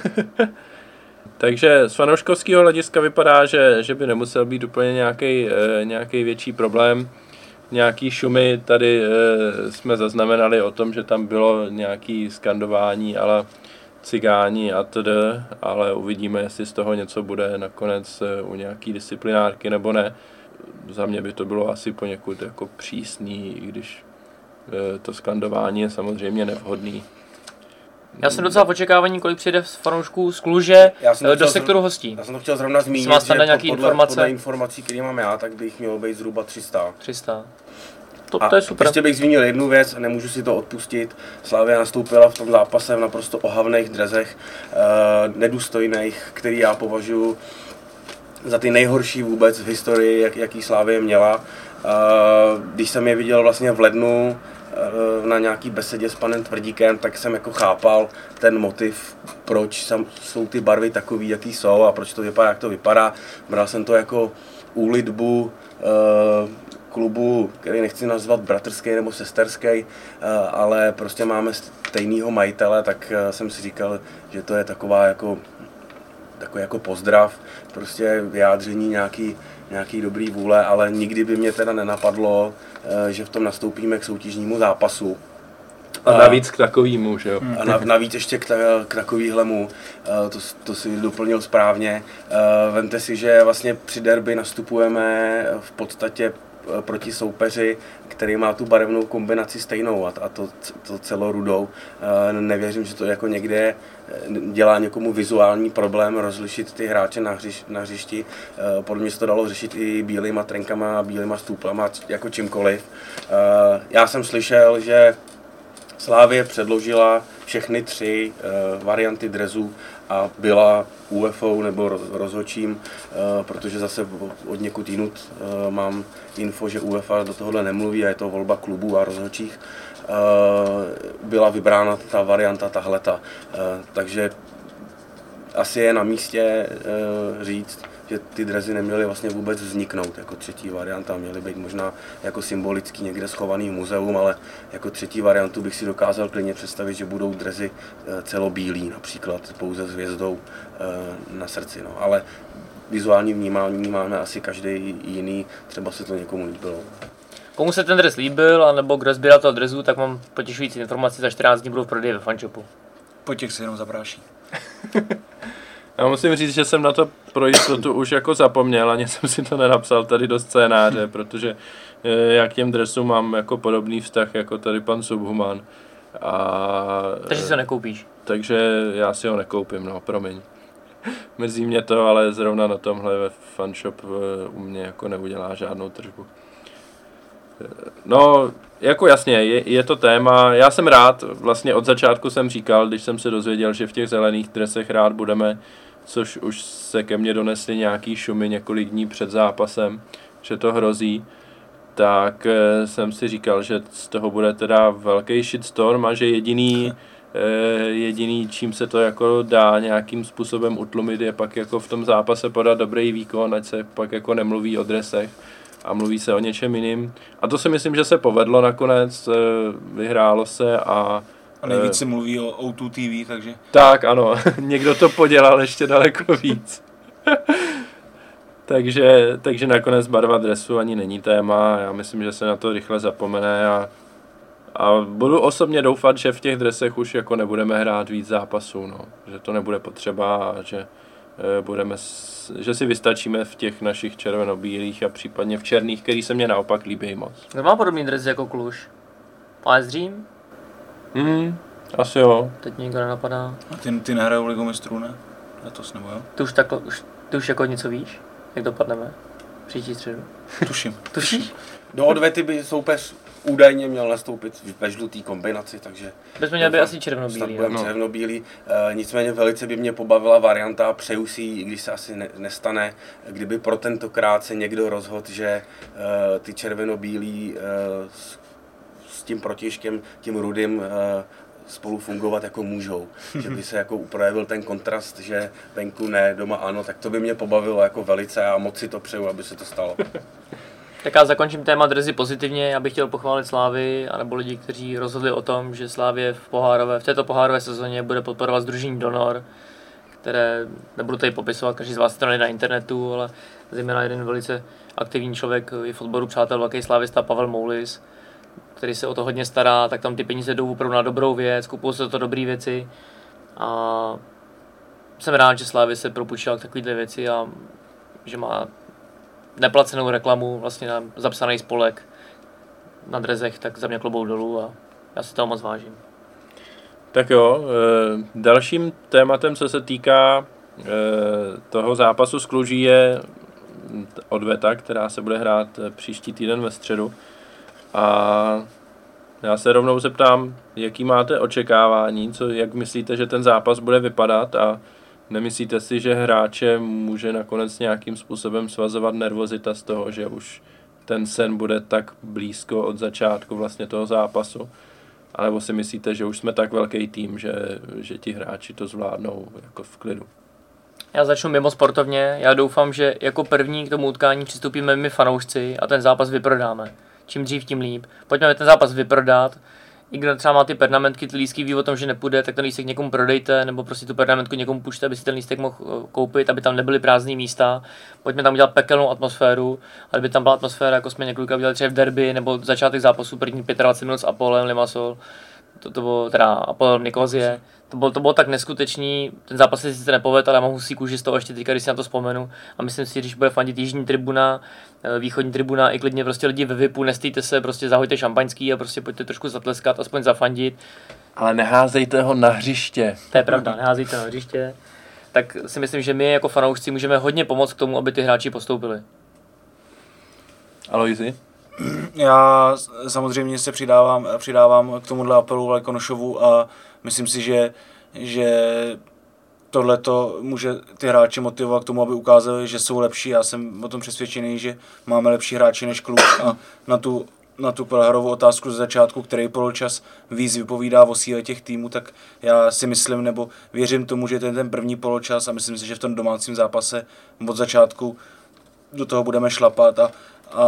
Takže z fanouškovského hlediska vypadá, že, že by nemusel být úplně nějaký, nějaký větší problém. Nějaký šumy tady jsme zaznamenali o tom, že tam bylo nějaké skandování, ale cigáni a td. Ale uvidíme, jestli z toho něco bude nakonec u nějaký disciplinárky nebo ne. Za mě by to bylo asi poněkud jako přísný, i když to skandování je samozřejmě nevhodný. Já jsem docela v očekávání, kolik přijde z fanoušků z Kluže do sektoru hostí. Já jsem to chtěl zrovna zmínit, že podle, informace? podle informací, které mám já, tak bych mělo být zhruba tři sta. tři sta. To, to je super. Ještě bych zmínil jednu věc, nemůžu si to odpustit. Slavia nastoupila v tom zápase v naprosto ohavných drezech, eh, nedůstojných, který já považuji za ty nejhorší vůbec v historii, jak, jaký Slavie měla. Eh, když jsem je viděl vlastně v lednu na nějaký besedě s panem Tvrdíkem, tak jsem jako chápal ten motiv, proč jsou ty barvy takový, jaký jsou a proč to vypadá, jak to vypadá. Bral jsem to jako úlitbu eh, klubu, který nechci nazvat bratrský nebo sesterský, eh, ale prostě máme stejného majitele, tak eh, jsem si říkal, že to je taková jako, takový jako pozdrav, prostě vyjádření nějaký, nějaký dobrý vůle, ale nikdy by mě teda nenapadlo, že v tom nastoupíme k soutěžnímu zápasu. A navíc k takovýmu, že jo? A navíc ještě k, ta, k takovýhlemu, to, to si doplnil správně. Vemte si, že vlastně při derby nastupujeme v podstatě proti soupeři, který má tu barevnou kombinaci stejnou a to, to celorudou. Nevěřím, že to jako někde dělá někomu vizuální problém rozlišit ty hráče na, hřiš, na hřišti. Podle mě se to dalo řešit i bílýma trenkama, bílýma stůplama, jako čímkoliv. Já jsem slyšel, že Slavie předložila všechny tři uh, varianty drezů a byla U E F O nebo roz, rozhodčím, uh, protože zase od někud jinut uh, mám info, že U E F A do tohohle nemluví a je to volba klubů a rozhodčích. Uh, byla vybrána ta varianta tahleta, uh, takže asi je na místě uh, říct, že ty drezy neměly vlastně vůbec vzniknout jako třetí varianta, měly být možná jako symbolicky někde schovaný v muzeum, ale jako třetí variantu bych si dokázal klidně představit, že budou drezy uh, celobílý, například pouze s hvězdou uh, na srdci, no. Ale vizuální vnímání máme asi každý jiný, třeba se to někomu líbilo. Komu se ten dres líbil, anebo kdo sbíratel drezů, tak mám potěšující informaci, za čtrnáct dní budou v prodeji ve fanshopu. Po těch se jenom zapráší. Já musím říct, že jsem na to pro jistotu už jako zapomněl, ani jsem si to nenapsal tady do scénáře, protože já k těm dresům mám jako podobný vztah jako tady pan Subhuman. A, takže si ho nekoupíš? Takže já si ho nekoupím, no, promiň. Mrzí mě to, ale zrovna na tomhle ve fanshop u mě jako neudělá žádnou tržbu. No, jako jasně, je, je to téma, já jsem rád, vlastně od začátku jsem říkal, když jsem se dozvěděl, že v těch zelených dresech rád budeme, což už se ke mně donesly nějaký šumy několik dní před zápasem, že to hrozí, tak jsem si říkal, že z toho bude teda velký shitstorm a že jediný, jediný, čím se to jako dá nějakým způsobem utlumit, je pak jako v tom zápase podat dobrý výkon, ať se pak jako nemluví o dresech a mluví se o něčem jiným. A to si myslím, že se povedlo nakonec, vyhrálo se a... A nejvíc se mluví o O dva T V, takže... Tak, ano, někdo to podělal ještě daleko víc. takže, takže nakonec barva dresu ani není téma, já myslím, že se na to rychle zapomene a, a budu osobně doufat, že v těch dresech už jako nebudeme hrát víc zápasů, no. Že to nebude potřeba a že budeme, že si vystačíme v těch našich červenobílých a případně v černých, který se mně naopak líbí moc. Kdo má podobný dres jako Kluž? Páez Dream? Hmm, asi jo. Teď nikdo nenapadá. A ty, ty nehrajou Ligu mistrů, ne? Letos nebo jo? Ty už, tak, už, ty už jako něco víš? Jak dopadneme? Příští středu. Tuším. Tušíš? Do odvety by soupeř údajně měl nastoupit ve žlutý kombinaci, takže... Bychom měli být asi červenobílý. Snad budeme červenobílý. E, nicméně velice by mě pobavila varianta, přeju si ji, i když se asi ne, nestane, kdyby pro tentokrát se někdo rozhodl, že e, ty červenobílí e, s, s tím protižkem, tím rudým, e, spolu fungovat jako můžou. Že by se jako projevil ten kontrast, že venku ne, doma ano, tak to by mě pobavilo jako velice a moc si to přeju, aby se to stalo. Tak já zakončím téma dresy pozitivně. Já bych chtěl pochválit Slávy, anebo lidi, kteří rozhodli o tom, že Slávě v, pohárové, v této pohárové sezóně bude podporovat sdružení Donor, které nebudu tady popisovat, každý z vás to na internetu, ale zejména jeden velice aktivní člověk i v odboru přátel velký slávista Pavel Moulis, který se o to hodně stará, tak tam ty peníze jdou opravdu na dobrou věc, kupují se to dobré věci a jsem rád, že Slávě se propůjčila k takovéhle věci a že má neplacenou reklamu, vlastně na zapsaný spolek na drezech, tak za mě klobouk dolů a já si toho moc vážím. Tak jo, e, dalším tématem, co se týká e, toho zápasu s Kluží, je odveta, která se bude hrát příští týden ve středu. A já se rovnou zeptám, jaký máte očekávání, co, jak myslíte, že ten zápas bude vypadat a nemyslíte si, že hráče může nakonec nějakým způsobem svazovat nervozita z toho, že už ten sen bude tak blízko od začátku vlastně toho zápasu? A nebo si myslíte, že už jsme tak velký tým, že, že ti hráči to zvládnou jako v klidu? Já začnu mimo sportovně. Já doufám, že jako první k tomu utkání přistoupíme my fanoušci a ten zápas vyprodáme. Čím dřív, tím líp. Pojďme ten zápas vyprodat. I kdo třeba má ty pernamentky, ty lístky ví o tom, že nepůjde, tak ten lístek někomu prodejte, nebo prostě tu pernamentku někomu pušte, aby si ten lístek mohl koupit, aby tam nebyly prázdné místa. Pojďme tam udělat pekelnou atmosféru, aby tam byla atmosféra, jako jsme několikrát udělali třeba v derby, nebo začátek zápasu, první dvacet pět minut s Apolem Limassol, to, to bylo teda Apol Nikozie. To bylo, to bylo tak neskutečný, ten zápas se sice nepovedl, ale já mám husí kůži z toho ještě teďka, když si na to vzpomenu. A myslím si, když bude fandit jižní tribuna, východní tribuna, i klidně prostě lidi ve vipu, nestýjte se, prostě zahojte šampaňský a prostě pojďte trošku zatleskat, aspoň zafandit. Ale neházejte ho na hřiště. To je pravda, neházejte na hřiště. Tak si myslím, že my jako fanoušci můžeme hodně pomoct k tomu, aby ty hráči postoupili. Aloisi? Já samozřejmě se přidávám, přidávám k tomuhle apelu Velkonošovu a myslím si, že, že tohle to může ty hráče motivovat k tomu, aby ukázali, že jsou lepší. Já jsem o tom přesvědčený, že máme lepší hráče než klub a na tu, na tu Pelharovou otázku ze začátku, který poločas víc vypovídá o síle těch týmů, tak já si myslím, nebo věřím tomu, že ten ten první poločas a myslím si, že v tom domácím zápase od začátku do toho budeme šlapat a, a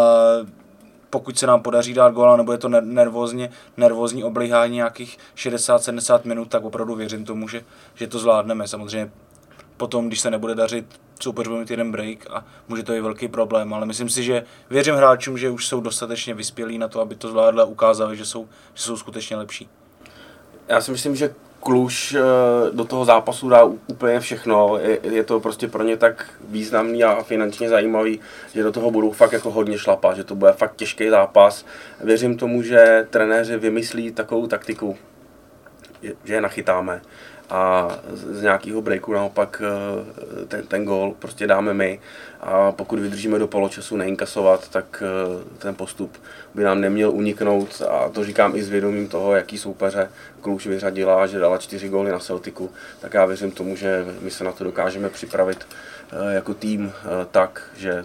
pokud se nám podaří dát góla, nebo je to nervózně, nervózní oblíhání nějakých šedesát sedmdesát minut, tak opravdu věřím tomu, že, že to zvládneme. Samozřejmě potom, když se nebude dařit, soupeř bude mít jeden break a může to být velký problém, ale myslím si, že věřím hráčům, že už jsou dostatečně vyspělí na to, aby to zvládli a ukázali, že jsou, že jsou skutečně lepší. Já si myslím, že Kluž do toho zápasu dá úplně všechno. Je, je to prostě pro ně tak významný a finančně zajímavý, že do toho budou fakt jako hodně šlapat, že to bude fakt těžký zápas. Věřím tomu, že trenéři vymyslí takovou taktiku, že je nachytáme a z nějakého breaku naopak ten, ten gól prostě dáme my a pokud vydržíme do poločasu neinkasovat, tak ten postup by nám neměl uniknout a to říkám i s vědomím toho, jaký soupeře Kluž vyřadila, že dala čtyři góly na Celticu, tak já věřím tomu, že my se na to dokážeme připravit jako tým tak, že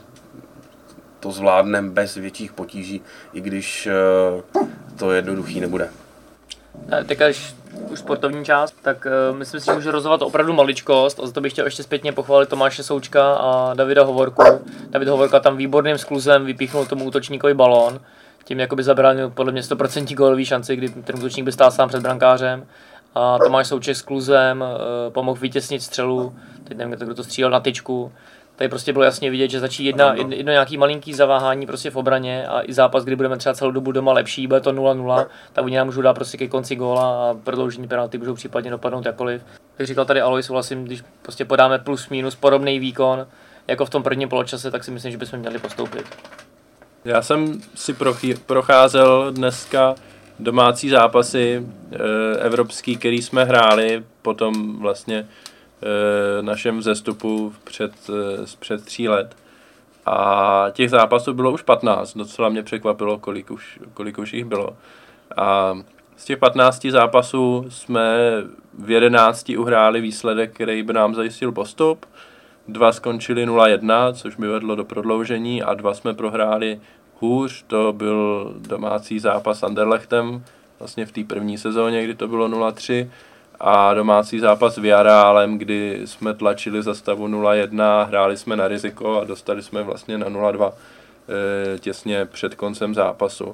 to zvládneme bez větších potíží, i když to jednoduchý nebude. Tak až už sportovní část, tak uh, myslím si, že může rozhodovat opravdu maličkost a za to bych chtěl ještě zpětně pochválit Tomáše Součka a Davida Hovorku. David Hovorka tam výborným skluzem vypíchnul tomu útočníkovi balón, tím jakoby zabránil podle mě sto procent gólový šanci, kdy ten útočník by stál sám před brankářem a Tomáš Souček s kluzem uh, pomohl vytěsnit střelu, teď nevím, kdo to střílel na tyčku. Tady prostě bylo jasně vidět, že začí jedna, jedno, jedno nějaký malinký zaváhání prostě v obraně a i zápas, kdy budeme třeba celou dobu doma lepší, bude to nula nula, tak oni nám můžou dát prostě ke konci góla a prodloužení penalty můžou případně dopadnout jakkoliv. Jak říkal tady Alois, souhlasím, když prostě podáme plus minus podobný výkon jako v tom prvním poločase, tak si myslím, že bychom měli postoupit. Já jsem si prochy- procházel dneska domácí zápasy e, evropský, který jsme hráli, potom vlastně e, našem vzestupu před, e, před tří let. A těch zápasů bylo už patnáct, docela mě překvapilo, kolik už, kolik už jich bylo. A z těch patnácti zápasů jsme v jedenácti uhráli výsledek, který by nám zajistil postup. Dva skončili nula jedna, což by vedlo do prodloužení a dva jsme prohráli hůř. To byl domácí zápas s Anderlechtem, vlastně v té první sezóně, kdy to bylo nula tři. A domácí zápas s Villarrealem, kdy jsme tlačili za stavu nula jedna, hráli jsme na riziko a dostali jsme vlastně na nula dva e, těsně před koncem zápasu.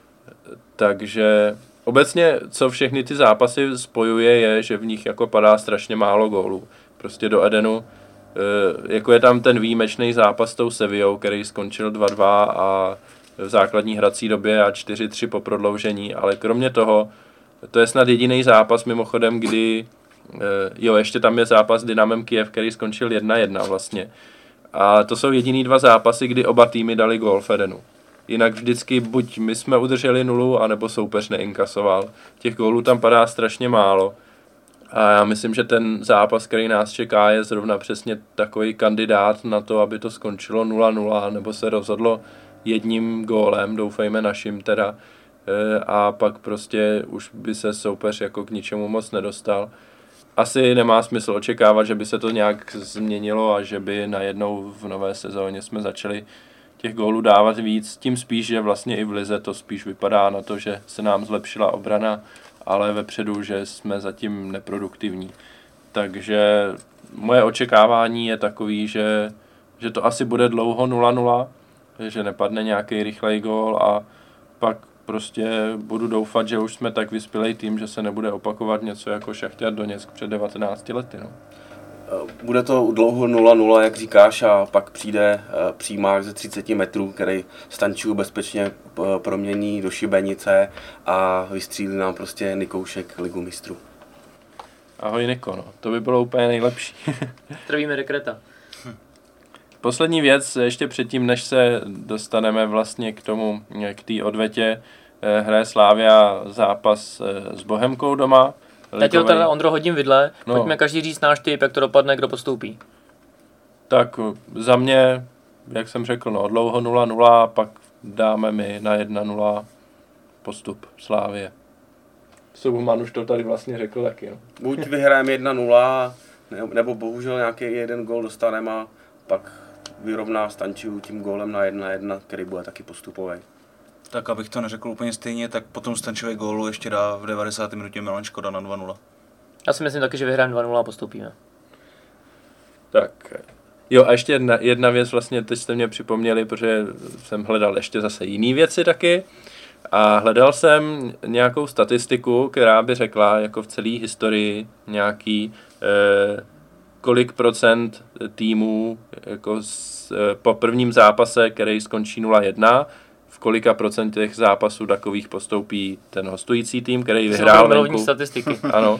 Takže obecně, co všechny ty zápasy spojuje, je, že v nich jako padá strašně málo gólů. Prostě do Edenu, e, jako je tam ten výjimečný zápas s tou Sevillou, který skončil dva dva a v základní hrací době a čtyři tři po prodloužení, ale kromě toho, to je snad jediný zápas mimochodem, kdy, jo, ještě tam je zápas s Dynamem Kyjev, který skončil jedna jedna vlastně. A to jsou jediný dva zápasy, kdy oba týmy dali gól v Edenu. Jinak vždycky buď my jsme udrželi nulu, anebo soupeř neinkasoval. Těch gólů tam padá strašně málo. A já myslím, že ten zápas, který nás čeká, je zrovna přesně takový kandidát na to, aby to skončilo nula nula, nebo se rozhodlo jedním gólem, doufejme našim teda, a pak prostě už by se soupeř jako k ničemu moc nedostal. Asi nemá smysl očekávat, že by se to nějak změnilo a že by najednou v nové sezóně jsme začali těch gólů dávat víc. Tím spíš, že vlastně i v lize to spíš vypadá na to, že se nám zlepšila obrana, ale vepředu, že jsme zatím neproduktivní. Takže moje očekávání je takový, že, že to asi bude dlouho nula nula, že nepadne nějaký rychlej gól a pak prostě budu doufat, že už jsme tak vyspělej tým, že se nebude opakovat něco jako Šachtar Doněck před devatenácti lety. No. Bude to dlouho nula nula, jak říkáš, a pak přijde přímák ze třiceti metrů, který Stančů bezpečně promění do šibenice a vystřílí nám prostě Nikoušek Ligu mistrů. Ahoj Niko, no. To by bylo úplně nejlepší. Zdravíme Dekreta. Poslední věc, ještě předtím, než se dostaneme vlastně k tomu, k té odvetě, hraje Slavia zápas s Bohemkou doma. Já ti ho teda, Ondro, hodím vidle. No. Pojďme každý říct náš tip, jak to dopadne, kdo postoupí. Tak za mě, jak jsem řekl, no, dlouho nula nula, pak dáme my na jedna nula postup Slavie. Subman už to tady vlastně řekl taky. No. Buď vyhrajeme jedna nula, nebo bohužel nějaký jeden gól dostaneme a pak vyrovná Stančiu tím gólem na jedna jedna, který bude taky postupový. Tak abych to neřekl úplně stejně, tak potom Stančové gólu ještě dá v devadesáté minutě Milan Škoda na dva nula. Já si myslím taky, že vyhrajeme dva nula a postoupíme. Tak. Jo a ještě jedna, jedna věc vlastně, teď jste mě připomněli, protože jsem hledal ještě zase jiný věci taky. A hledal jsem nějakou statistiku, která by řekla, jako v celé historii, nějaký, eh, kolik procent týmů jako s, eh, po prvním zápase, který skončí nula jedna, v kolika procent těch zápasů takových postoupí ten hostující tým, který vyhrál venku. Statistiky. Ano.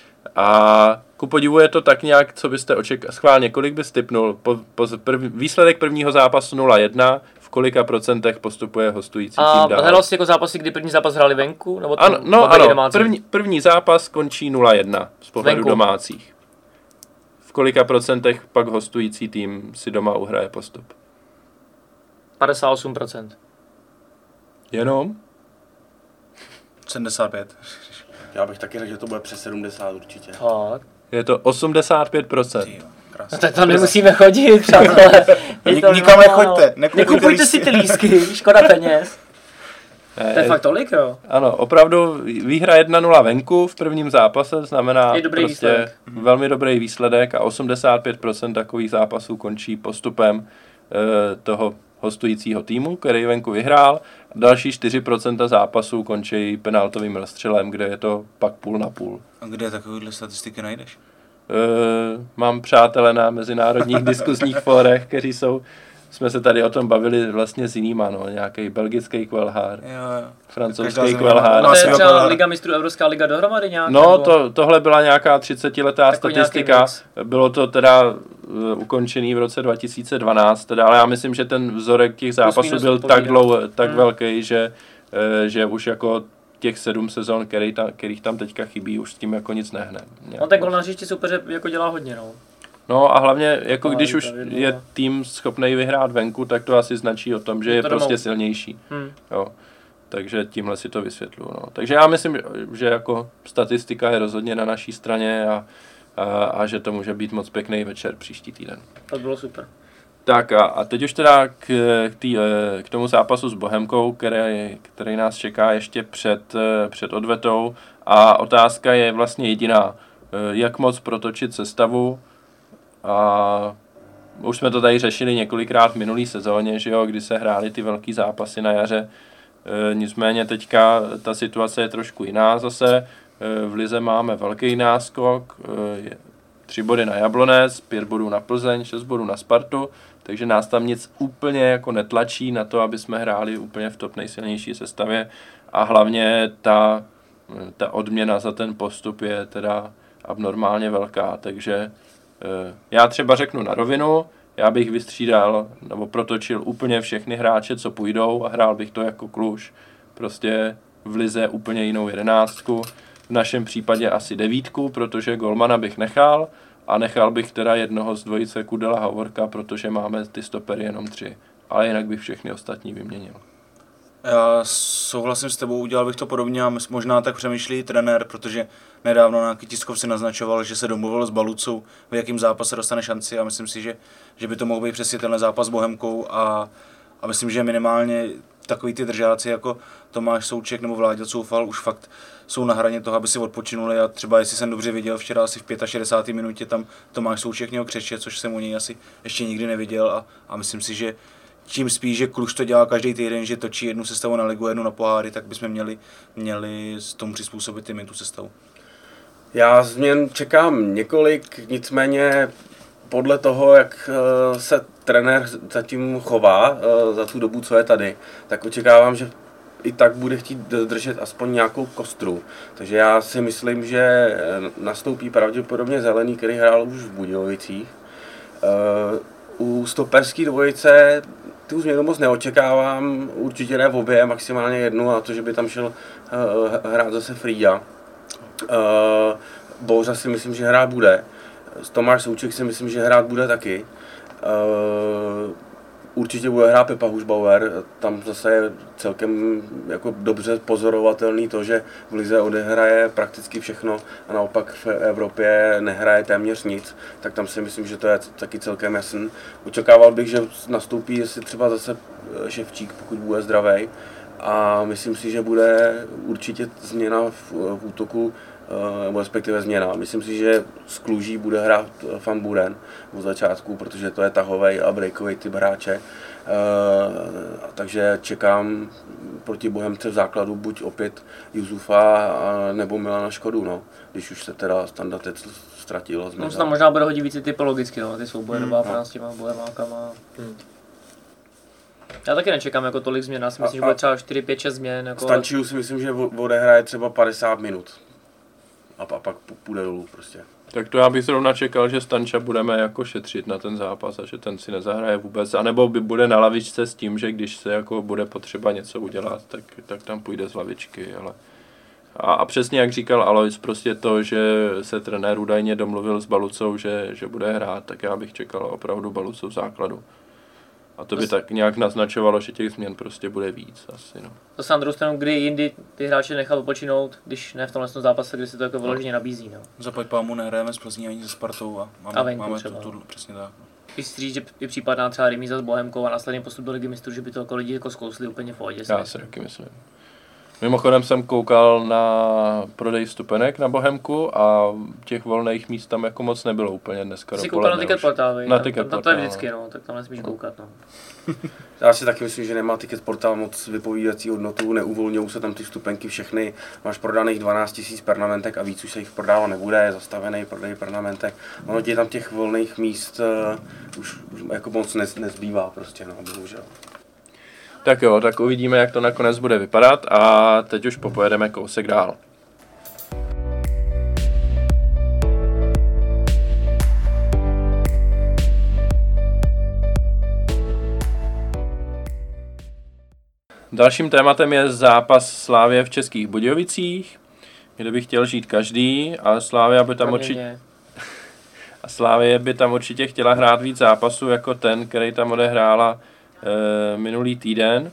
A ku podivu je to tak nějak, co byste očekali. Schválně, kolik bys tipnul? Po, po prv, výsledek prvního zápasu nula jedna, v kolika procentech postupuje hostující a tým dál? A hrál jsi jako zápasy, kdy první zápas hráli venku? Nebo ano, no ano, první, první zápas končí nula jedna z pohledu venku. Domácích. V kolika procentech pak hostující tým si doma uhraje postup? padesát osm procent. Jenom? sedmdesát pět. Já bych taky řekl, že to bude přes sedmdesát určitě. Tak. Je to osmdesát pět procent. No tak tam nemusíme chodit, přátelé. Nikam nechoďte. Nekupujte si ty lístky, škoda peněz. To je fakt tolik, jo? Ano, opravdu výhra jedna nula venku v prvním zápase znamená dobrý prostě výsledek. velmi dobrý výsledek a osmdesát pět procent takových zápasů končí postupem e, toho hostujícího týmu, který venku vyhrál. Další čtyři procenta zápasů končí penaltovým rozstřelem, kde je to pak půl na půl. A kde takovýhle statistiky najdeš? E, mám přátele na mezinárodních diskusních fórech, kteří jsou, jsme se tady o tom bavili vlastně s jinýma, no, nějaký belgický Kvelhár, francouzský Kvelhár. To je třeba Liga mistrů, Evropská liga dohromady nějak? No, to, tohle byla nějaká třicetiletá statistika, bylo to teda uh, ukončený v roce dva tisíce dvanáct, teda, ale já myslím, že ten vzorek těch zápasů byl tak, dlouho, tak hmm. velký, že, uh, že už jako těch sedm sezon, který ta, kterých tam teďka chybí, už s tím jako nic nehne. No tak on na hřišti soupeře jako dělá hodně, no. No a hlavně, jako no, když už je tým schopný vyhrát venku, tak to asi značí o tom, že je, je prostě domů. silnější. Hmm. Jo. Takže tímhle si to vysvětluju. No. Takže já myslím, že jako statistika je rozhodně na naší straně a, a, a že to může být moc pěkný večer příští týden. To bylo super. Tak a, a teď už teda k, k, tý, k tomu zápasu s Bohemkou, který, který nás čeká ještě před, před odvetou. A otázka je vlastně jediná. Jak moc protočit sestavu? A už jsme to tady řešili několikrát v minulý sezóně, že jo, kdy se hrály ty velký zápasy na jaře. E, nicméně teďka ta situace je trošku jiná zase. E, v lize máme velký náskok, e, tři body na Jablonec, pět bodů na Plzeň, šest bodů na Spartu, takže nás tam nic úplně jako netlačí na to, aby jsme hráli úplně v top nejsilnější sestavě a hlavně ta, ta odměna za ten postup je teda abnormálně velká, takže já třeba řeknu na rovinu, já bych vystřídal nebo protočil úplně všechny hráče, co půjdou a hrál bych to jako Kluž. Prostě v lize úplně jinou jedenáctku, v našem případě asi devítku, protože golmana bych nechal a nechal bych teda jednoho z dvojice Kudela Hovorka, protože máme ty stopery jenom tři, ale jinak bych všechny ostatní vyměnil. Já souhlasím s tebou, udělal bych to podobně a možná tak přemýšlí trenér, protože nedávno na tiskovce naznačoval, že se domluvil s Balucou, v jakým zápase dostane šanci a myslím si, že, že by to mohl být přesně tenhle zápas s Bohemkou a, a myslím, že minimálně takový ty držáci jako Tomáš Souček nebo Vláďa Coufal už fakt jsou na hraně toho, aby si odpočinuli a třeba, jestli jsem dobře viděl, včera asi v šedesáté páté minutě tam Tomáš Souček měl křeče, což jsem u něj asi ještě nikdy neviděl a, a myslím si, že tím spíš, že Kluž to dělá každý týden, že točí jednu sestavu na ligu, jednu na poháry, tak bychom měli, měli s tomu přizpůsobit i my tu sestavu. Já změn čekám několik, nicméně podle toho, jak se trenér zatím chová za tu dobu, co je tady, tak očekávám, že i tak bude chtít držet aspoň nějakou kostru. Takže já si myslím, že nastoupí pravděpodobně Zelený, který hrál už v Budějovicích. U stoperské dvojice tu změnu moc neočekávám, určitě ne v obě, maximálně jednu, a to, že by tam šel uh, hrát zase Frýďa. Uh, Bouřa si myslím, že hrát bude. Tomáš Souček si myslím, že hrát bude taky. Uh, určitě bude hrát Pepa Hušbauer, tam zase je celkem jako dobře pozorovatelný to, že v lize odehraje prakticky všechno a naopak v Evropě nehraje téměř nic, tak tam si myslím, že to je taky celkem jasný. Očekával bych, že nastoupí jestli třeba zase Ševčík, pokud bude zdravej, a myslím si, že bude určitě změna v, v útoku, nebo respektive změna. Myslím si, že z Kluží bude hrát Van Buren od začátku, protože to je tahovej a breakový typ hráče. Takže čekám proti Bohemce v základu buď opět Jusufa nebo Milana Škodu, no. Když už se teda Standa teď ztratil. No, tam možná bude hodit víc typologicky, no, ty souboje hmm, doba no. s těma bohemákama. Hmm. Já taky nečekám jako tolik změn, já si myslím, a, že bude třeba čtyři, pět, šest změn. Jako... Stančiu si myslím, že odehraje třeba padesát minut. A pak půjde dolů prostě. Tak to já bych zrovna čekal, že Stanča budeme jako šetřit na ten zápas a že ten si nezahraje vůbec. A nebo by bude na lavičce s tím, že když se jako bude potřeba něco udělat, tak, tak tam půjde z lavičky. Ale... A, a přesně jak říkal Alois, prostě to, že se trenér údajně domluvil s Balucou, že, že bude hrát, tak já bych čekal opravdu Balucu v základu. A to by tak nějak naznačovalo, že těch změn prostě bude víc asi, no. To se na druhou stranu, kdy jindy ty hráče nechal odpočinout, když ne v tomhle zápase, kdy se to jako vyloženě nabízí, no. Zaplať pámu, nehrajeme s Plzní ani se Spartou a máme, a venku máme třeba, tu, tu, no. přesně tak. Když si říct, že je případná třeba remíza s Bohemkou a následně postup do Ligy mistrů, že by to jako lidi jako zkousli úplně v pohodě. Já si taky myslím. Mimochodem jsem koukal na prodej vstupenek na Bohemku a těch volných míst tam jako moc nebylo úplně dneska. Jsi koukal na ticket portál, na ticket portál. To je vždycky, no, tak tam nesmíš koukat, no. Já si taky myslím, že nemá ticket portál moc vypovídací hodnotu, neuvolňují se tam ty vstupenky všechny, máš prodaných dvanáct tisíc pernamentek a víc už se jich prodávat nebude, je zastavený prodej pernamentek. Ono ti tam těch volných míst uh, už, už jako moc nez, nezbývá prostě, no, bohužel. Tak jo, tak uvidíme, jak to nakonec bude vypadat a teď už popojedeme kousek dál. Dalším tématem je zápas Slavie v Českých Budějovicích, kde by chtěl žít každý, ale Slavia by tam určitě... A Slavie by tam určitě chtěla hrát víc zápasů jako ten, který tam odehrála e, minulý týden,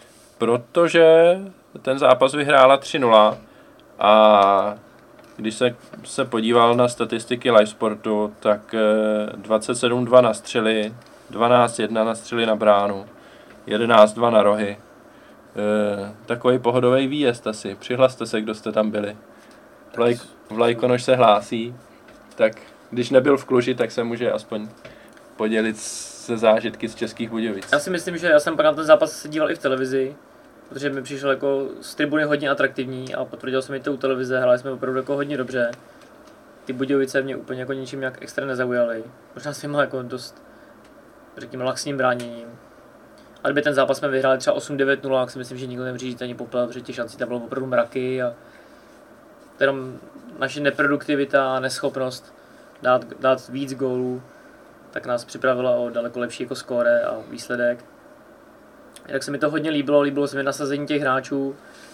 protože ten zápas vyhrála tři nula a když se, se podíval na statistiky Live Sportu, tak e, dvacet sedm dva na střely, dvanáct jedna na střely na bránu, jedenáct dva na rohy. E, takový pohodový výjezd asi. Přihlaste se, kdo jste tam byli. Vlajk, Vlajkonoš se hlásí, tak když nebyl v Kluži, tak se může aspoň podělit se zážitky z Českých Budějovic. Já si myslím, že já jsem pak na ten zápas se díval i v televizi, protože mi přišel jako z tribuny hodně atraktivní a potvrdil jsem mi to u televize, hráli jsme opravdu jako hodně dobře. Ty Budějovice mě úplně jako ničím nějak extra nezaujaly. Možná svýma jako dost, řekněme, laxním bráněním. A kdyby ten zápas jsme vyhráli třeba osm devět nula, tak si myslím, že nikdo nemůže říct ani popel, protože těch šancí tam bylo opravdu mraky a jenom naše neproduktivita a neschopnost dát, dát víc gólů, tak nás připravila o daleko lepší jako skóre a výsledek. Jak se mi to hodně líbilo, líbilo se mi nasazení těch hráčů.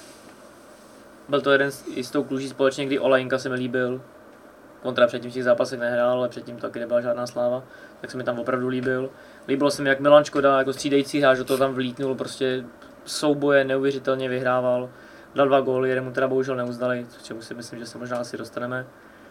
Byl to jeden i s tou Kluží společně, kdy Olajinka se mi líbil. Kontra předtím v těch zápasech nehrál, ale předtím taky nebyla žádná sláva, tak se mi tam opravdu líbil. Líbilo se mi, jak Milan Škoda jako střídající hráč do toho tam vlítnul, prostě souboje neuvěřitelně vyhrával. Dal dva góly, jeden mu teda bohužel neuznali, k čemu si myslím, že se možná asi dostaneme.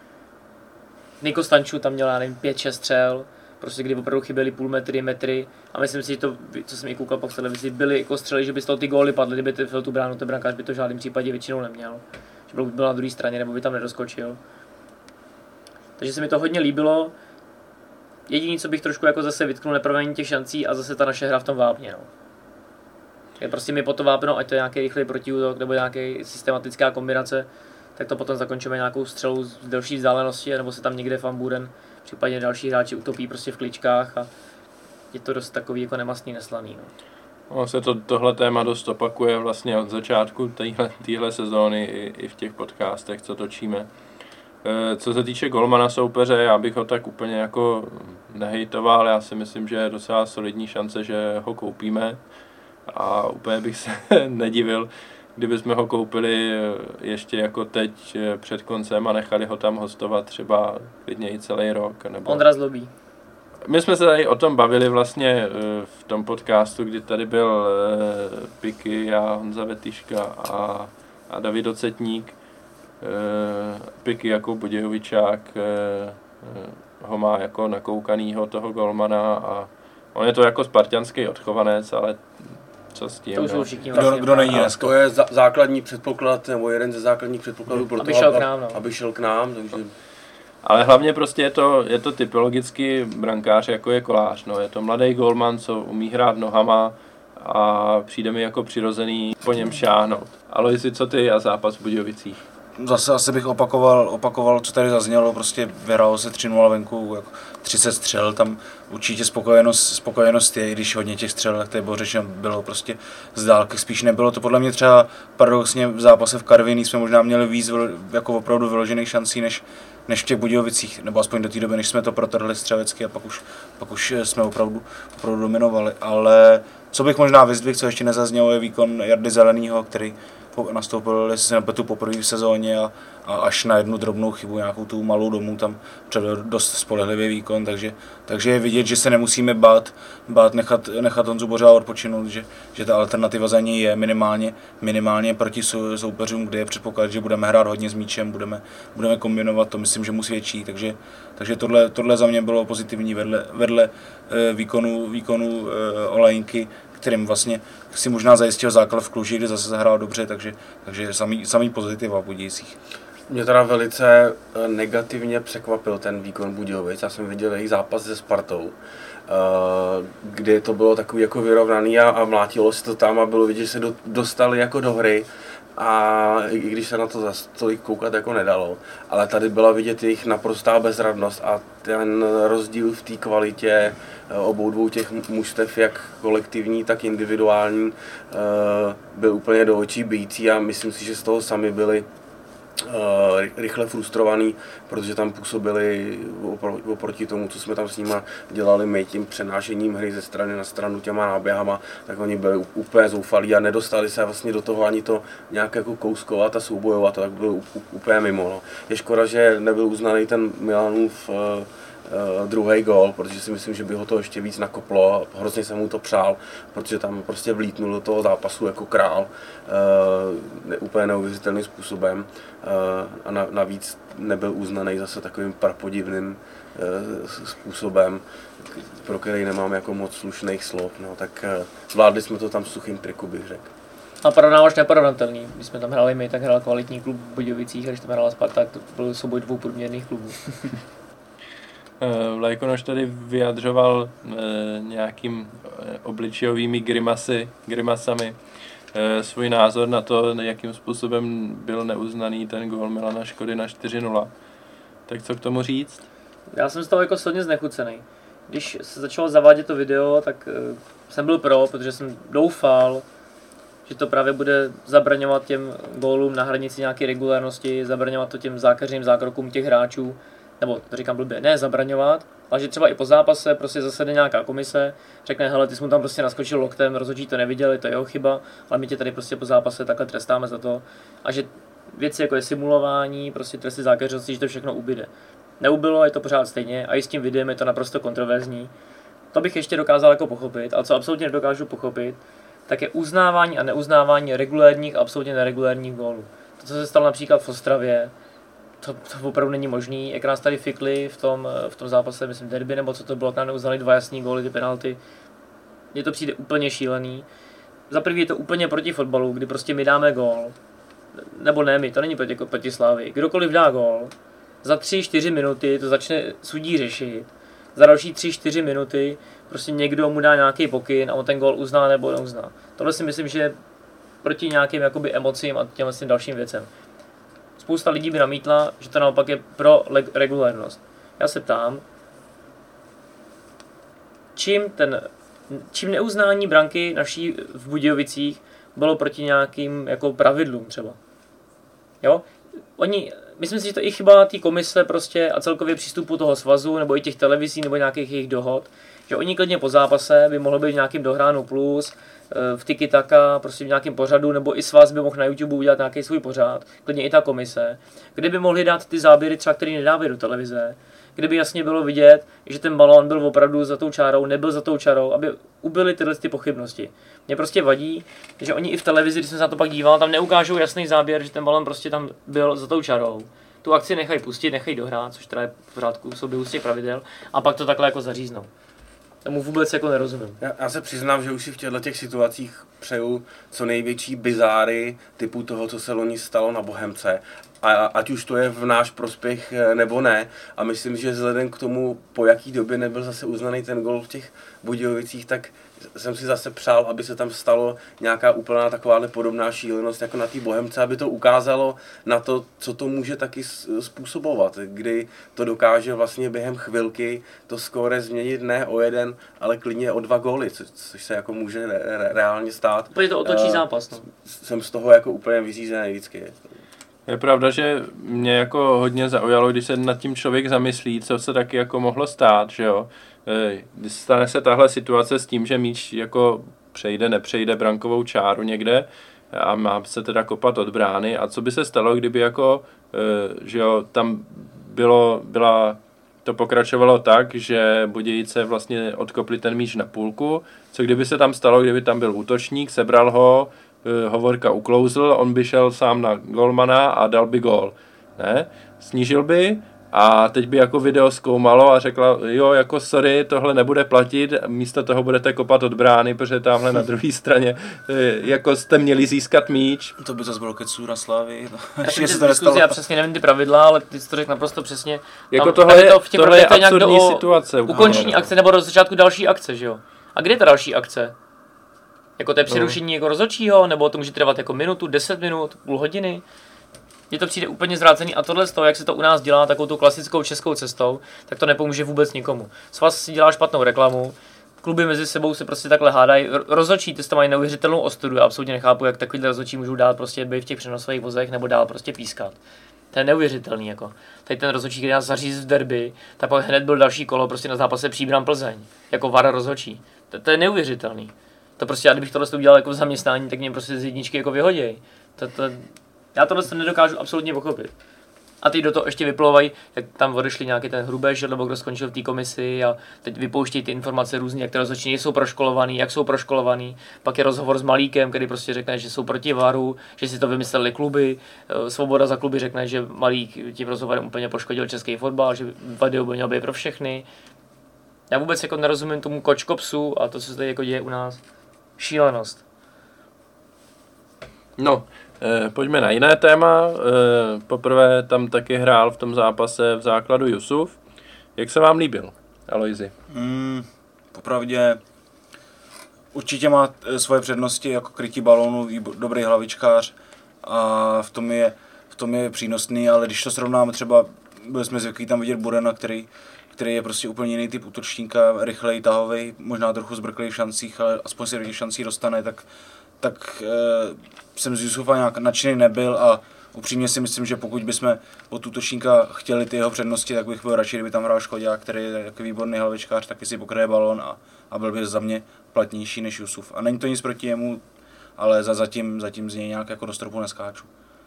Niko Stanču tam měl, já nevím, pět šest střel, prostě kdy opravdu chyběly půl metry, metry a myslím si, že to, co jsem i koukal pak v televizi, byly jako střely, že by z toho ty góly padly, kdyby ty, tu bránu ten brankář by to v žádném případě většinou neměl. Že byl, byl na druhé straně nebo by tam nedoskočil. Takže se mi to hodně líbilo. Jediné, co bych trošku jako zase vytknul, neprovedení těch šancí a zase ta naše hra v tom vápně. No. Je prostě mi po to vápno, ať to je nějaký rychlý protiútok nebo nějaký systematická kombinace, tak to potom zakončíme nějakou střelou z delší vzdálenosti, nebo se tam někde Van Buren, případně další hráči utopí prostě v kličkách a je to dost takový jako nemastný, neslaný. No. No, se to, tohle téma dost opakuje vlastně od začátku téhle sezóny i, i v těch podcastech, co točíme. E, co se týče golmana soupeře, já bych ho tak úplně jako nehejtoval, já si myslím, že je docela solidní šance, že ho koupíme a úplně bych se nedivil, kdybychom ho koupili ještě jako teď před koncem a nechali ho tam hostovat třeba klidně i celý rok. Nebo... Ondra Zlobí. My jsme se tady o tom bavili vlastně v tom podcastu, kdy tady byl Piky a Honza Vetyška a, a David Ocetník. Piky jako Budějovičák ho má jako nakoukanýho toho golmana a on je to jako spartanský odchovanec, ale co s tím? To jsou všichni kdo, vlastně. kdo není dneska. To je za, základní předpoklad, nebo jeden ze základních předpokladů pro aby to, šel k nám, no. aby šel k nám, takže... Ale hlavně prostě je to, je to typologicky brankář, jako je Kolář. No. Je to mladý golman, co umí hrát nohama a přijde mi jako přirozený po něm šáhnout. Alojsi, co ty a zápas v Budějovicích? Zase asi bych opakoval, opakoval, co tady zaznělo, prostě vyhrálo se tři nula venku, jako třicet střel, tam určitě spokojenost, spokojenost je, i když hodně těch střel, jak tady bylo řečeno, bylo prostě z dálky, spíš nebylo to podle mě třeba paradoxně v zápase v Karviní jsme možná měli víc jako opravdu vyložených šancí, než, než v těch Budějovicích, nebo aspoň do té doby, než jsme to protrhli střelecky a pak už, pak už jsme opravdu, opravdu dominovali, ale co bych možná vyzdvihl, co ještě nezaznělo, je výkon Jardy Zelenýho, který nastoupil, jestli se nepletu, poprvé v sezóně a, a až na jednu drobnou chybu, nějakou tu malou domů, tam předvedl dost spolehlivý výkon, takže, takže je vidět, že se nemusíme bát, bát nechat, nechat Honzu Bořála odpočinout, že, že ta alternativa za něj je minimálně, minimálně proti soupeřům, kde je předpoklad, že budeme hrát hodně s míčem, budeme, budeme kombinovat, to myslím, že mu svědčí, takže, takže tohle, tohle za mě bylo pozitivní vedle, vedle výkonu, výkonu Olajinky, kterým vlastně si možná zajistil základ v Kluži, kde zase zahrál dobře, takže, takže samý, samý pozitiva v Budějcích. Mě teda velice negativně překvapil ten výkon Budějovic. Já jsem viděl jejich zápas se Spartou, kde to bylo takový jako vyrovnaný a, a mlátilo se to tam a bylo vidět, že se do, dostali jako do hry. A i když se na to zas tolik koukat jako nedalo, ale tady byla vidět jejich naprostá bezradnost a ten rozdíl v té kvalitě obou dvou těch mužstev, jak kolektivní, tak individuální, byl úplně do očí bijící a myslím si, že z toho sami byli rychle frustrovaný, protože tam působili oproti tomu, co jsme tam s nima dělali my, tím přenášením hry ze strany na stranu těma náběhama, tak oni byli úplně zoufalí a nedostali se vlastně do toho ani to nějak jako kouskovat a soubojovat, tak byl úplně mimo. No. Je škoda, že nebyl uznaný ten Milanův Uh, druhý gól, protože si myslím, že by ho to ještě víc nakoplo a hrozně jsem mu to přál, protože tam prostě vlítnul do toho zápasu jako král uh, ne, úplně neuvěřitelným způsobem uh, a na, navíc nebyl uznaný zase takovým prapodivným uh, způsobem, pro který nemám jako moc slušných slov, no, tak uh, zvládli jsme to tam suchým triku, bych řekl. A porovnáváš neporovnatelný. Když jsme tam hráli my, tak hrál kvalitní klub v Budějovicích a když tam hrála Sparta, to byl souboj dvou průměrných klubů. Vlajkonoš tady vyjadřoval e, nějakým obličejovými grimasy, grimasami e, svůj názor na to, jakým způsobem byl neuznaný ten gól Milana Škody na čtyři nula. Tak co k tomu říct? Já jsem z toho jako hodně znechucený. Když se začalo zavádět to video, tak e, jsem byl pro, protože jsem doufal, že to právě bude zabraňovat těm gólům na hranici nějaké regulárnosti, zabraňovat to těm zákeřným zákrokům těch hráčů, nebo to říkám blbě, ne zabraňovat, ale že třeba i po zápase prostě zasede nějaká komise, řekne, hele, ty jsi mu tam prostě naskočil loktem, rozhodčí to neviděli, to je jeho chyba, ale my tě tady prostě po zápase takhle trestáme za to. A že věci jako je simulování, prostě tresty zákeřnosti, že to všechno ubyde. Neubylo, je to pořád stejně a i s tím videem je to naprosto kontroverzní. To bych ještě dokázal jako pochopit, ale co absolutně nedokážu pochopit, tak je uznávání a neuznávání regulérních a absolutně neregulérních gólů. To, co se stalo například v Ostravě, To, to opravdu není možný, jak nás tady fikli v tom, v tom zápase, myslím derby, nebo co to bylo, tam neuznali dva jasný góly, ty penalty. Mně to přijde úplně šílený. Za první je to úplně proti fotbalu, kdy prostě my dáme gól, nebo ne my, to není proti, proti Slávii. Kdokoliv dá gól, za tři čtyři minuty to začne sudí řešit, za další tři čtyři minuty prostě někdo mu dá nějaký pokyn a on ten gól uzná nebo neuzná. Tohle si myslím, že je proti nějakým jakoby emocím a těm vlastně dalším věcem. Spousta lidí by namítla, že to naopak je pro regulérnost. Já se ptám, čím, ten, čím neuznání branky naší v Budějovicích bylo proti nějakým jako pravidlům třeba. Jo? Oni, myslím si, že to je i chyba té komise prostě a celkově přístupu toho svazu, nebo i těch televizí, nebo nějakých jejich dohod, že oni klidně po zápase by mohlo být v nějakým dohránu plus, v tiki-taka, prostě v nějakém pořadu, nebo i svaz by mohl na YouTube udělat nějaký svůj pořad, klidně i ta komise, kde by mohli dát ty záběry třeba, který nedávají do televize, kdyby jasně bylo vidět, že ten balón byl opravdu za tou čárou, nebyl za tou čárou, aby ubyly tyhle ty pochybnosti. Mě prostě vadí, že oni i v televizi, když jsem se na to pak díval, tam neukážou jasný záběr, že ten balón prostě tam byl za tou čárou. Tu akci nechají pustit, nechají dohrát, což teda je v pořádku, v souběhu z těch pravidel, a pak to takhle jako zaříznou. Tomu vůbec jako nerozumím. Já, já se přiznám, že už si v těchto těch situacích přeju co největší bizáry typu toho, co se loni stalo na Bohemce. A ať už to je v náš prospěch nebo ne. A myslím, že vzhledem k tomu, po jaký době nebyl zase uznaný ten gol v těch Budějovicích, tak jsem si zase přál, aby se tam stalo nějaká úplná takováhle podobná šílenost jako na té Bohemce, aby to ukázalo na to, co to může taky způsobovat, kdy to dokáže vlastně během chvilky to skóre změnit ne o jeden, ale klidně o dva góly, co, což se jako může re, re, reálně stát. Úplně to otočí uh, zápas. No. Jsem z toho jako úplně vyřízený vždycky. Je pravda, že mě jako hodně zaujalo, když se nad tím člověk zamyslí, co se taky jako mohlo stát, že jo. Když stane se tahle situace s tím, že míč jako přejde, nepřejde brankovou čáru někde a má se teda kopat od brány, a co by se stalo, kdyby jako, že jo, tam bylo, byla, to pokračovalo tak, že Budějice vlastně odkopli ten míč na půlku, co kdyby se tam stalo, kdyby tam byl útočník, sebral ho, Hovorka uklouzl, on by šel sám na golmana a dal by gól. Ne? Snížil by a teď by jako video zkoumalo a řekla, jo, jako sorry, tohle nebude platit, místo toho budete kopat od brány, protože tamhle na druhé straně jako jste měli získat míč. To by zase bylo keců na Slávii. Já, se to nestalo. Já přesně nevím ty pravidla, ale ty jsi to řekl naprosto přesně. Jako tam, tohle, to v těch tohle je to absurdní situace. Ukončení akce nebo do začátku další akce, že jo? A kde je ta další akce? Jako to je přerušení no. jako rozhodčího, nebo to může trvat jako minutu, deset minut, půl hodiny. Mně to přijde úplně zvrácený a tohle z toho, jak se to u nás dělá takovou tu klasickou českou cestou, tak to nepomůže vůbec nikomu. Svaz si dělá špatnou reklamu, kluby mezi sebou se prostě takhle hádají, rozhodčí ty to mají neuvěřitelnou ostudu, já absolutně nechápu, jak takovýhle rozhodčí můžou dát prostě být v těch přenosových vozech nebo dál prostě pískat. To je neuvěřitelný jako. Tady ten rozhodčí, který nás zaříz v derby, tak pak hned byl další kolo prostě na zápase Příbram Plzeň, jako V A R rozhodčí. To, to je neuvěřitelný. To prostě, já kdybych tohle udělal jako v zaměstnání, tak mě prostě z jedničky jako vyhoděj. To, to, já tohle nedokážu absolutně pochopit. A teď do toho ještě vyplouvají, jak tam odešli nějaký ten Hrubeš, nebo kdo skončil v té komisi a teď vypouštějí ty informace různě, jak ty rozhodčí nejsou proškolovaný, jak jsou proškolovaný. Pak je rozhovor s Malíkem, který prostě řekne, že jsou proti varu, že si to vymysleli kluby. Svoboda za kluby řekne, že Malík tím rozhovorem úplně poškodil český fotbal, že video by měl být pro všechny. Já vůbec jako nerozumím tomu kočkopsu a to, co se tady jako děje u nás. Šílenost. No, eh, pojďme na jiné téma. Eh, poprvé tam taky hrál v tom zápase v základu Jusuf. Jak se vám líbil, Alojzi? Mm, popravdě určitě má svoje přednosti jako krytí balónu, dobrý hlavičkář a v tom je, v tom je přínosný, ale když to srovnáme třeba, byli jsme zvyklí tam vidět Burena, který který je prostě úplně jiný typ útočníka, rychlej, tahovej, možná trochu zbrklej v šancích, ale aspoň si do těch šancí dostane, tak, tak e, jsem z Jusufa nějak nadšený nebyl a upřímně si myslím, že pokud bychom od útočníka chtěli ty jeho přednosti, tak bych byl radši, kdyby tam hrál Škoďák, který je jako výborný hlavičkář, taky si pokraje balón a, a byl by za mě platnější než Jusuf. A není to nic proti němu, ale za, zatím, zatím z něj nějak jako do stropu neskáču.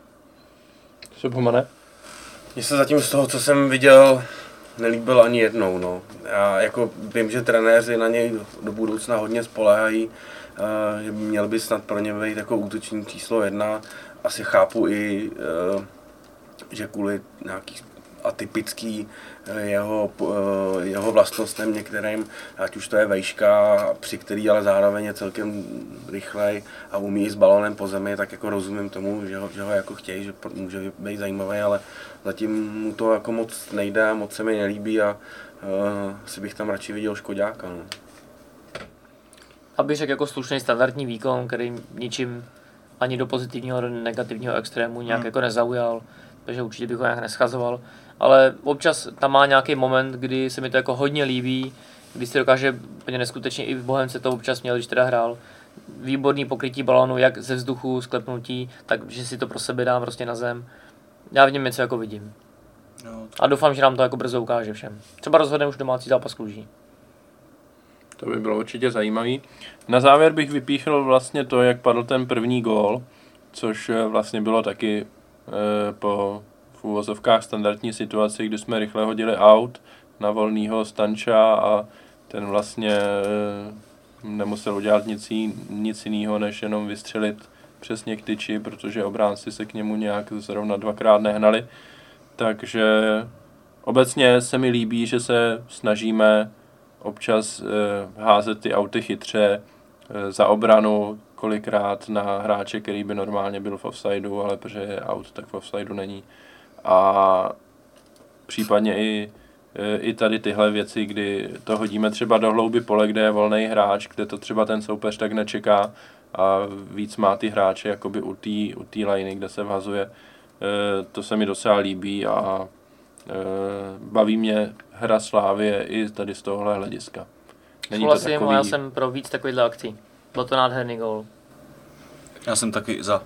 Co pomane? Mně se zatím z toho, co jsem viděl, nelíbil ani jednou, no. Já jako vím, že trenéři na něj do budoucna hodně spoléhají, uh, že měl by snad pro ně být jako útočník číslo jedna. Asi chápu i, uh, že kvůli nějaký atypický uh, jeho, uh, jeho vlastnostem některým, ať už to je vejška, při který ale zároveň je celkem rychlej a umí s balonem po zemi, tak jako rozumím tomu, že ho, že ho jako chtějí, že může být zajímavý, ale zatím mu to jako moc nejde, moc se mi nelíbí a uh, asi bych tam radši viděl Škoďáka. No. Abych řekl jako slušný standardní výkon, který ničím ani do pozitivního, do negativního extrému nějak hmm. jako nezaujal, takže určitě bych ho nějak neschazoval, ale občas tam má nějaký moment, kdy se mi to jako hodně líbí, kdy si dokáže úplně neskutečně, i v Bohemce to občas měl, když teda hrál, výborný pokrytí balónu, jak ze vzduchu, sklepnutí, takže si to pro sebe dám prostě na zem. Já v něm něco jako vidím. No, to... A doufám, že nám to jako brzo ukáže všem. Třeba rozhodne už domácí zápas Kluží. To by bylo určitě zajímavý. Na závěr bych vypíchl vlastně to, jak padl ten první gól, což vlastně bylo taky e, po v úvozovkách standardní situaci, kdy jsme rychle hodili aut na volnýho Stanča a ten vlastně nemusel udělat nic, jí, nic jiného, než jenom vystřelit přesně k tyči, protože obránci se k němu nějak zrovna dvakrát nehnali. Takže obecně se mi líbí, že se snažíme občas eh, házet ty auty chytře eh, za obranu, kolikrát na hráče, který by normálně byl v offsideu, ale protože je out, tak v offsideu není. A případně i, eh, i tady tyhle věci, kdy to hodíme třeba do hlouby pole, kde je volný hráč, kde to třeba ten soupeř tak nečeká a víc má ty hráče jakoby u té u té liney, kde se vhazuje. Eh, to se mi docela líbí a baví mě hra Slávie i tady z tohohle hlediska. Není Souhlasím, to takový... já jsem pro víc takovýchhle akcí. Byl to nádherný gól. Já jsem taky za.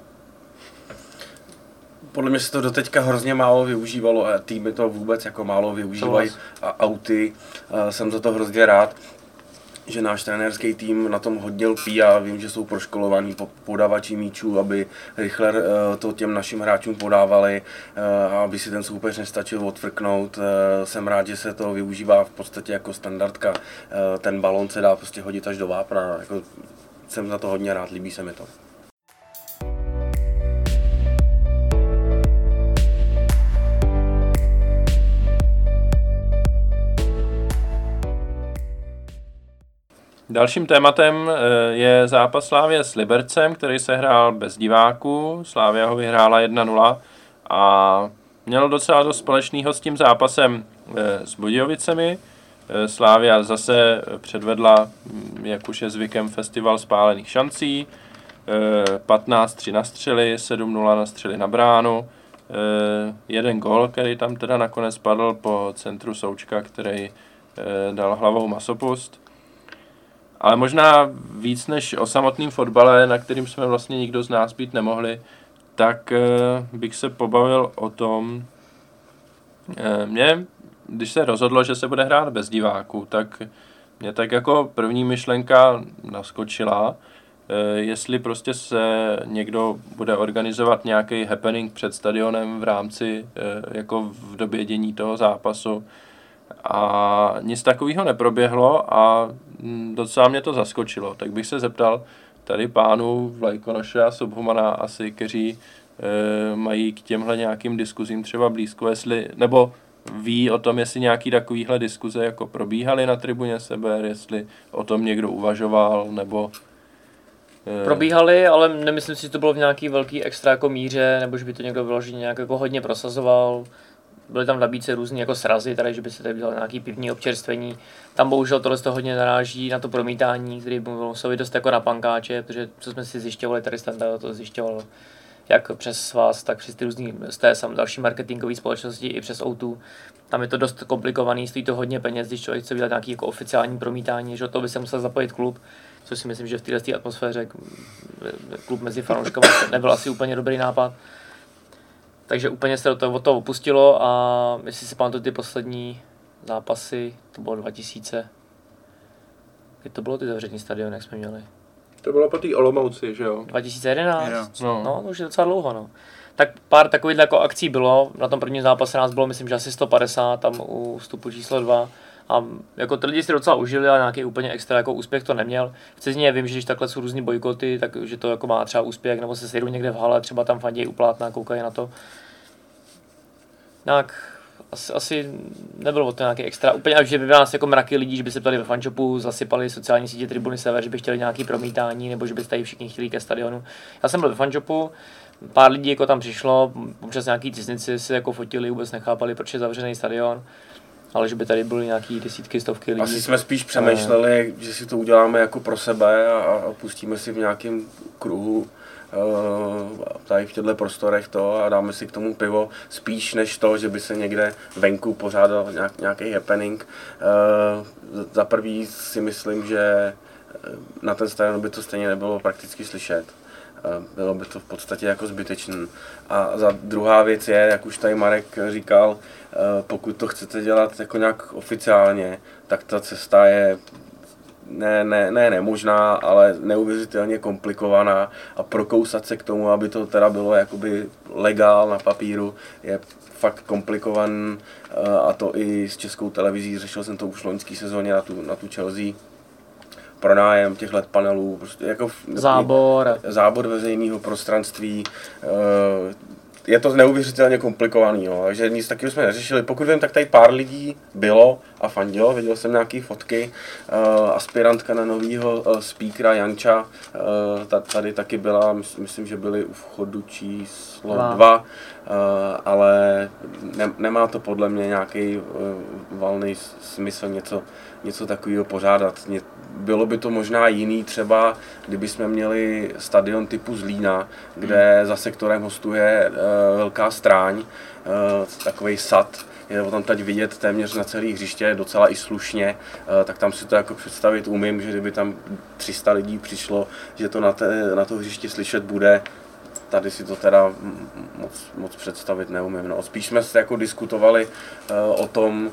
Podle mě se to doteďka hrozně málo využívalo a týmy to vůbec jako málo využívají a auty. A jsem za to hrozně rád, že náš trenérský tým na tom hodně lpí a vím, že jsou proškolovaní podavači míčů, aby rychle to těm našim hráčům podávali a aby si ten soupeř nestačil odfrknout. Jsem rád, že se to využívá v podstatě jako standardka. Ten balón se dá prostě hodit až do vápna. Jako jsem za to hodně rád, líbí se mi to. Dalším tématem je zápas Slavie s Libercem, který se hrál bez diváků. Slavia ho vyhrála jedna nula a mělo docela dost společného s tím zápasem s Budějovicemi. Slavia zase předvedla, jak už je zvykem, festival spálených šancí. patnáct tři na střely, sedm nula na střely na bránu. Jeden gól, který tam teda nakonec padl po centru Součka, který dal hlavou masopust. Ale možná víc než o samotném fotbale, na kterým jsme vlastně nikdo z nás být nemohli, tak bych se pobavil o tom, mě, když se rozhodlo, že se bude hrát bez diváků, tak mě tak jako první myšlenka naskočila, jestli prostě se někdo bude organizovat nějaký happening před stadionem v rámci, jako v době dění toho zápasu. A nic takového neproběhlo a docela mě to zaskočilo. Tak bych se zeptal tady pánů Vlajkonoše a Subhumana asi, kteří e, mají k těmhle nějakým diskuzím třeba blízko, jestli, nebo ví o tom, jestli nějaký takovýhle diskuze jako probíhaly na tribuně Seber, jestli o tom někdo uvažoval, nebo... E... Probíhaly, ale nemyslím si, že to bylo v nějaký velký extra jako míře, nebo že by to někdo vyloženě nějak jako hodně prosazoval. Byly tam v nabídce různý jako srazy, tady, že by se tady dělalo nějaký pivní občerstvení. Tam bohužel tohle to hodně naráží na to promítání, který by musel být dost jako na pankáče, protože co jsme si zjišťovali, tady Standard to zjišťoval jak přes vás, tak přes ty různý z té sam další marketingové společnosti i přes O dva. Tam je to dost komplikovaný, stojí to hodně peněz, když člověk chce dělat nějaký jako oficiální promítání, že to by se musel zapojit klub, což si myslím, že v této atmosféře klub mezi fanouškama nebyl asi úplně dobrý nápad. Takže úplně se do toho, od toho opustilo a jestli si pamatuju ty poslední zápasy, to bylo dva tisíce. Kdy to bylo ty zavření stadion, jak jsme měli? To bylo po té Olomouci, že jo? dva tisíce jedenáct, yeah. no. no to už je docela dlouho, no. Tak pár takových jako akcí bylo, na tom prvním zápase nás bylo myslím, že asi sto padesát, tam u vstupu číslo dva. A jako ty lidi si docela užili, ale nějaký úplně extra jako úspěch to neměl. V cizině vím, že když takhle jsou různý bojkoty, takže to jako má třeba úspěch, nebo se sejdou někde v hale, třeba tam fandějí u plátna, koukají na to. Tak asi, asi nebylo o to nějaký extra. Úplně, že by nás jako mraky lidí, že by se tady ve fanshopu zasypali sociální sítě Tribuny Sever, že by chtěli nějaký promítání, nebo že by tady všichni chtěli ke stadionu. Já jsem byl ve fanshopu, pár lidí jako tam přišlo, občas nějaký cizinci si jako fotili, vůbec nechápali, proč je zavřený stadion. Ale že by tady byly nějaký desítky, stovky lidí. Asi jsme spíš přemýšleli, že si to uděláme jako pro sebe a, a pustíme si v nějakém kruhu uh, tady v těchto prostorech to a dáme si k tomu pivo, spíš než to, že by se někde venku pořádal nějak, nějaký happening. Uh, za prvý si myslím, že na ten stadion by to stejně nebylo prakticky slyšet. Bylo by to v podstatě jako zbytečné. A za druhá věc je, jak už tady Marek říkal, pokud to chcete dělat jako nějak oficiálně, tak ta cesta je ne, ne, ne nemožná, ale neuvěřitelně komplikovaná a prokousat se k tomu, aby to teda bylo jakoby legál na papíru, je fakt komplikovaný a to i s Českou televizí, řešil jsem to už v loňské sezóně na tu, na tu Chelsea. Pronájem těch L E D panelů, prostě jako zábor, zábor veřejného prostranství. Je to neuvěřitelně komplikovaný, no, takže nic takového jsme neřešili. Pokud vím, tak tady pár lidí bylo a fandilo, viděl jsem nějaké fotky. Uh, aspirantka na novýho uh, speakera Janča uh, tady taky byla, myslím, myslím, že byli u vchodu číslo dva, uh, ale ne, nemá to podle mě nějaký uh, valný smysl něco, něco takového pořádat. Bylo by to možná jiný třeba, kdyby jsme měli stadion typu Zlína, kde hmm. za sektorem hostuje uh, velká stráň, uh, takovej sad, je tam teď vidět téměř na celé hřiště, docela i slušně, uh, tak tam si to jako představit umím, že kdyby tam tři sta lidí přišlo, že to na, te, na to hřiště slyšet bude. Tady si to teda moc, moc představit neumím. No. Spíš jsme se jako diskutovali uh, o tom,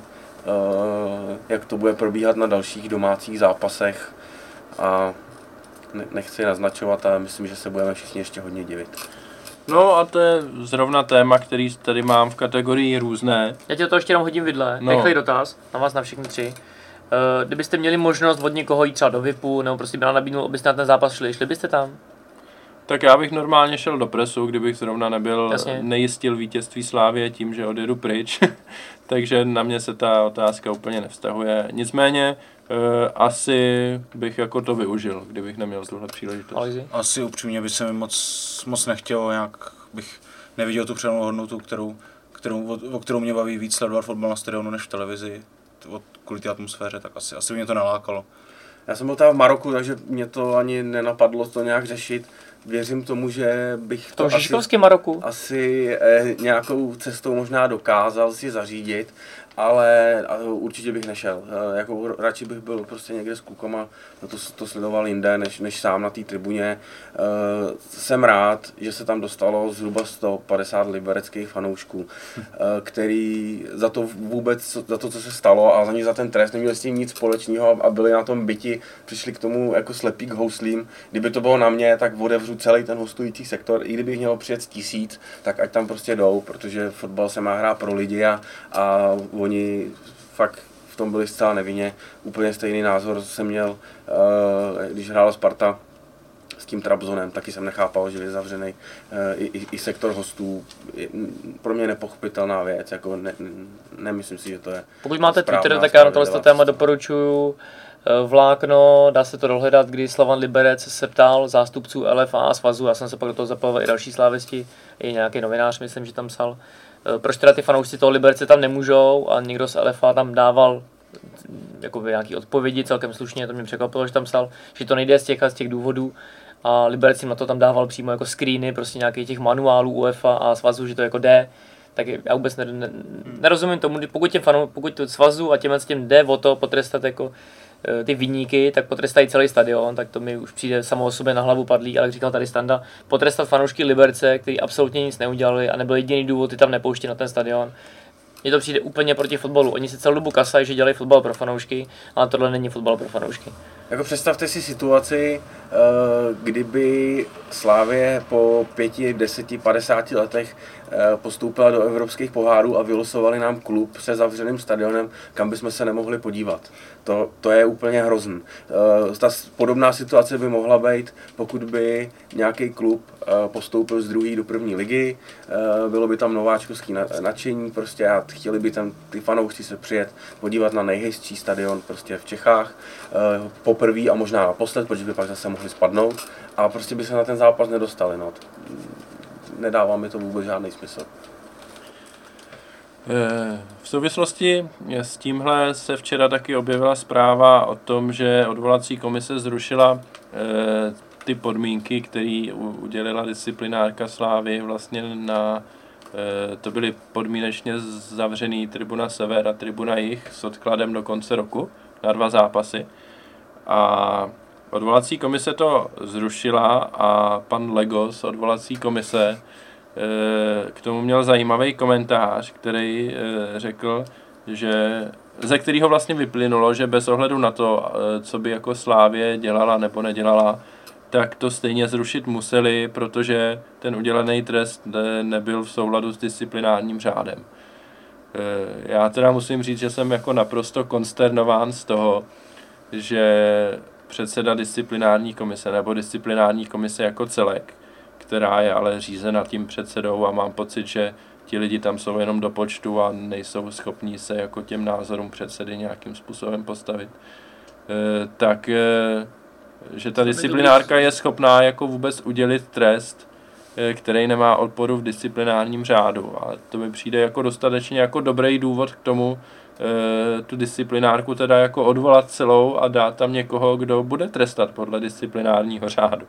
Uh, jak to bude probíhat na dalších domácích zápasech a ne- nechci naznačovat, ale myslím, že se budeme všichni ještě hodně divit. No a to je zrovna téma, který tady mám v kategorii různé. Já ti to ještě jenom hodím vidle, no. Rychlej dotaz na vás na všechny tři. Uh, kdybyste měli možnost od někoho jít třeba do V I P u, nebo prostě byla nabídnul, abyste na ten zápas šli, šli byste tam? Tak já bych normálně šel do presu, kdybych zrovna nebyl, Jasně. nejistil vítězství Slávie tím, že odjedu pryč. Takže na mě se ta otázka úplně nevztahuje. Nicméně uh, asi bych jako to využil, kdybych neměl tuhle příležitost. Alexi? Asi upřímně by se mi moc, moc nechtělo, nějak bych neviděl tu přednou hodnotu, kterou, kterou, o, o kterou mě baví víc sledovat fotbal na stadionu než v televizi, od, kvůli té atmosféře, tak asi, asi by mě to nalákalo. Já jsem byl tam v Maroku, takže mě to ani nenapadlo to nějak řešit. Věřím tomu, že bych to asi, Maroku. asi eh, nějakou cestou možná dokázal si zařídit, ale určitě bych nešel. Eh, jako radši bych byl prostě někde s klukama, to, to sledoval jinde, než, než sám na té tribuně. Eh, jsem rád, že se tam dostalo zhruba sto padesát libereckých fanoušků, eh, který za to vůbec, za to, co se stalo a za ně za ten trest neměli s tím nic společného a byli na tom byti, přišli k tomu jako slepí k houslím. Kdyby to bylo na mě, tak otevřu celý ten hostující sektor, i kdybych měl přijet tisíc, tak ať tam prostě jdou, protože fotbal se má hrát pro lidi a, a oni fakt v tom byli zcela nevinně. Úplně stejný názor jsem měl, uh, když hrála Sparta s tím Trabzonem, taky jsem nechápal, že je zavřený uh, i, i, i sektor hostů. Je pro mě nepochopitelná věc, jako ne, nemyslím si, že to je. Pokud máte Twitter, tak já na tohle téma doporučuju Vlákno, dá se to dohledat, kdy Slavan Liberec se ptal zástupců L F A a svazu, já jsem se pak do toho zapojil i další slávisti, i nějaký novinář, myslím, že tam psal, proč teda ty fanoušci toho Liberce tam nemůžou a někdo z L F A tam dával jakoby nějaký odpovědi, celkem slušně, to mě překvapilo, že tam psal, že to nejde z těch a z těch důvodů a Liberec jim na to tam dával přímo jako screeny, prostě nějakých těch manuálů U E F A a svazu, že to jako jde. Tak já vůbec ne, ne, nerozumím tomu, pokud těm fanou, pokud to svazu a těm s tím jde o to potrestat jako ty viníky, tak potrestají celý stadion, tak to mi už přijde samo o sobě na hlavu padlý, ale jak říkal tady Standa, potrestat fanoušky Liberce, kteří absolutně nic neudělali a nebyl jediný důvod ty tam nepouštět na ten stadion. Mně to přijde úplně proti fotbalu. Oni si celou dobu kasají, že dělají fotbal pro fanoušky, ale tohle není fotbal pro fanoušky. Jako představte si situaci, kdyby Slavie po pěti, deseti, padesáti letech postoupila do evropských pohárů a vylosovali nám klub se zavřeným stadionem, kam bychom se nemohli podívat. To, to je úplně hrozný. Ta podobná situace by mohla být, pokud by nějaký klub postoupil z druhé do první ligy, bylo by tam nováčkovský nadšení prostě a chtěli by tam ty fanoušci se přijet podívat na nejhezčí stadion prostě v Čechách poprvé a možná naposled, protože by pak zase mohli spadnout a prostě by se na ten zápas nedostali. No. Nedává mi to vůbec žádný smysl. V souvislosti s tímhle se včera taky objevila zpráva o tom, že odvolací komise zrušila ty podmínky, které udělila disciplinárka Slávy vlastně na, to byly podmínečně zavřený tribuna Sever a tribuna Jih s odkladem do konce roku na dva zápasy. A odvolací komise to zrušila a pan Lego z odvolací komise k tomu měl zajímavý komentář, který řekl, že ze kterého vlastně vyplynulo, že bez ohledu na to, co by jako Slavie dělala nebo nedělala, tak to stejně zrušit museli, protože ten udělený trest nebyl v souladu s disciplinárním řádem. Já teda musím říct, že jsem jako naprosto konsternován z toho, že předseda disciplinární komise nebo disciplinární komise jako celek, která je ale řízena tím předsedou a mám pocit, že ti lidi tam jsou jenom do počtu a nejsou schopní se jako těm názorům předsedy nějakým způsobem postavit, tak že ta disciplinárka je schopná jako vůbec udělit trest, který nemá odporu v disciplinárním řádu. A to mi přijde jako dostatečně jako dobrý důvod k tomu, tu disciplinárku teda jako odvolat celou a dát tam někoho, kdo bude trestat podle disciplinárního řádu.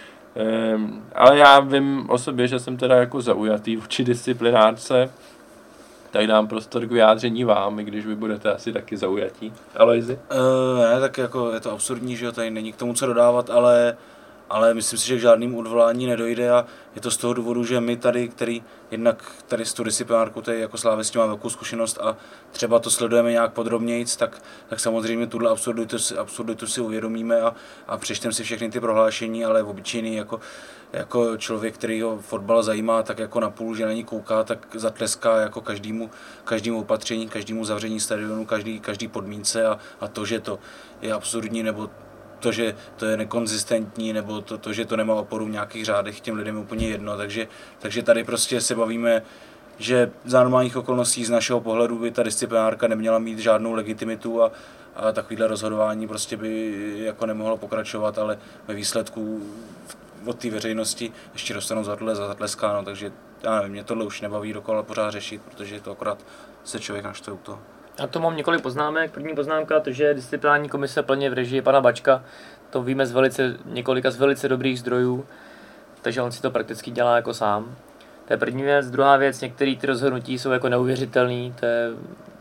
Um, ale já vím o sobě, že jsem teda jako zaujatý vůči disciplinárce, tak dám prostor k vyjádření vám, i když vy budete asi taky zaujatí. Alojzi? Uh, ne, tak jako je to absurdní, že tady není k tomu co dodávat, ale, ale myslím si, že k žádným odvolání nedojde a je to z toho důvodu, že my tady, který jednak tady s tu disciplinárkou tady jako slávisti máme velkou zkušenost a třeba to sledujeme nějak podrobnějc, tak, tak samozřejmě tuhle absurditu si, absurditu si uvědomíme a, a přečteme si všechny ty prohlášení, ale obyčejný jako, jako člověk, který ho fotbal zajímá, tak jako napůl, že na ní kouká, tak zatleská jako každému, každému opatření, každému zavření stadionu, každý, každý podmínce a, a to, že to je absurdní nebo to, že to je nekonzistentní, nebo to, to, že to nemá oporu v nějakých řádech, těm lidem je úplně jedno. Takže, takže tady prostě se bavíme, že za normálních okolností z našeho pohledu by ta disciplinárka neměla mít žádnou legitimitu a, a takovýhle rozhodování prostě by jako nemohlo pokračovat, ale ve výsledku od té veřejnosti ještě dostanou za tohle zatleskáno, takže já nevím, mě tohle už nebaví dokola pořád řešit, protože je to akorát se člověk naštve u toho. Já to mám několik poznámek. První poznámka, to, že disciplinární komise plně v režii pana Bačka, to víme z velice, několika z velice dobrých zdrojů, takže on si to prakticky dělá jako sám. To je první věc. Druhá věc, některé ty rozhodnutí jsou jako neuvěřitelné, to je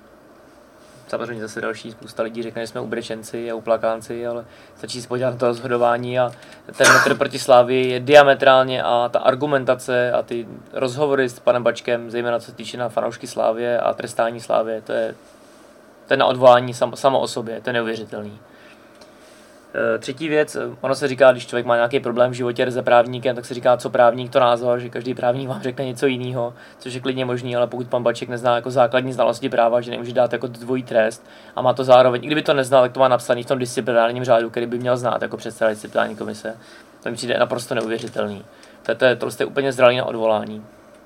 samozřejmě zase další spousta lidí řekne, že jsme ubrečenci a uplakánci, ale stačí si podívat na to rozhodování a ten metr proti Slavii je diametrálně a ta argumentace a ty rozhovory s panem Bačkem, zejména co se týče na fanoušky Slavie a trestání Slavie, to je to je na odvolání sam, samo o sobě, to je neuvěřitelný. E, třetí věc, ono se říká, když člověk má nějaký problém v životě s právníkem, tak se říká, co právník, to názor, že každý právník vám řekne něco jiného, což je klidně možný, ale pokud pan Baček nezná jako základní znalosti práva, že nemůže dát jako dvojí trest a má to zároveň, i kdyby to neznal, tak to má napsaný v tom disciplinárním řádu, který by měl znát jako předseda disciplinární komise, to mi přijde naprosto neuvěřitelný. To, to, je, to je úplně zralý na odvolání.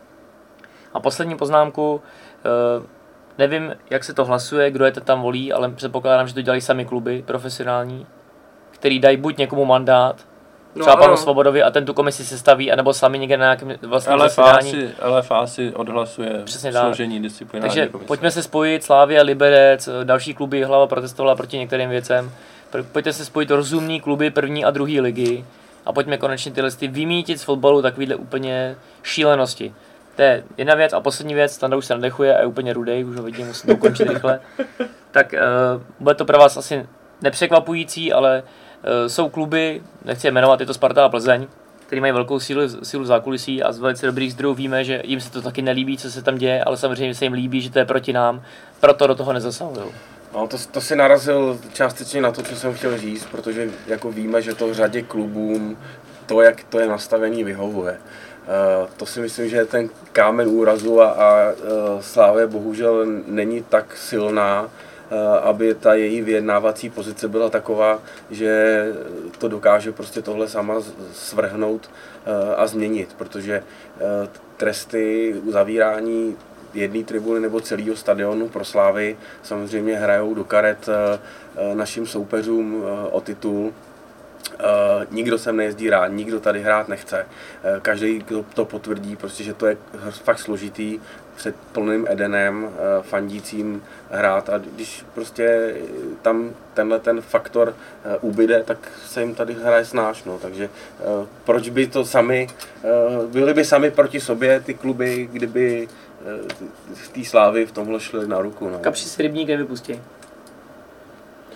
A poslední poznámku, e, nevím, jak se to hlasuje, kdo je to tam volí, ale předpokládám, že to dělají sami kluby profesionální, který dají buď někomu mandát, třeba no, panu Svobodovi a ten tu komisi sestaví, anebo sami někde na nějakém vlastním zasedání. L F A si odhlasuje složení disciplinární Takže komise. pojďme se spojit, Slavia, Liberec, další kluby, Hlava protestovala proti některým věcem. Pojďte se spojit rozumný kluby první a druhé ligy a pojďme konečně tyhle ty vymítit z fotbalu takovýhle úplně šílenosti. To je jedna věc a poslední věc, Standa už se nadechuje a je úplně rudej, už ho vidím, musím to ukončit rychle. Tak uh, bude to pro vás asi nepřekvapující, ale uh, jsou kluby, nechci je jmenovat, je to Sparta a Plzeň, který mají velkou sílu, sílu zákulisí a z velice dobrých zdrojů víme, že jim se to taky nelíbí, co se tam děje, ale samozřejmě se jim líbí, že to je proti nám, proto do toho nezasahují. No, to, to si narazil částečně na to, co jsem chtěl říct, protože jako víme, že to řadě klubům to, jak to je nastavený, vyhovuje. Uh, to si myslím, že je ten kámen úrazu a, a uh, Slavie bohužel není tak silná, uh, aby ta její vyjednávací pozice byla taková, že to dokáže prostě tohle sama svrhnout uh, a změnit, protože uh, tresty uzavírání jedné tribuny nebo celého stadionu pro Slavii samozřejmě hrajou do karet uh, našim soupeřům uh, o titul. Uh, nikdo sem nejezdí rád, nikdo tady hrát nechce. Uh, každý to potvrdí, prostě, že to je fakt složitý před plným Edenem, uh, fandícím hrát a když prostě tam tenhle ten faktor uh, ubyde, tak se jim tady hraje snáš, no. Takže uh, proč by to sami, uh, byli by sami proti sobě ty kluby, kdyby uh, v té Slávii v tomhle šli na ruku, no. Kapři si rybník nevypustí.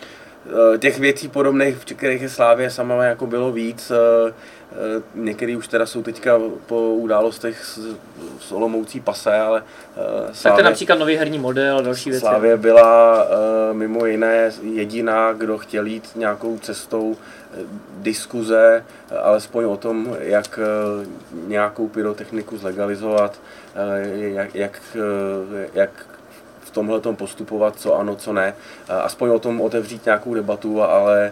těch věcí podobných, v kterých je Slavia sama jako bylo víc. Některý už teda jsou teďka po událostech s, s Olomoucí pase, ale Slavia, tak to je například nový herní model a další věci. Slavia byla mimo jiné jediná, kdo chtěl jít nějakou cestou diskuze, alespoň o tom, jak nějakou pyrotechniku zlegalizovat, jak, jak, jak v tomhletom postupovat, co ano, co ne. Aspoň o tom otevřít nějakou debatu, ale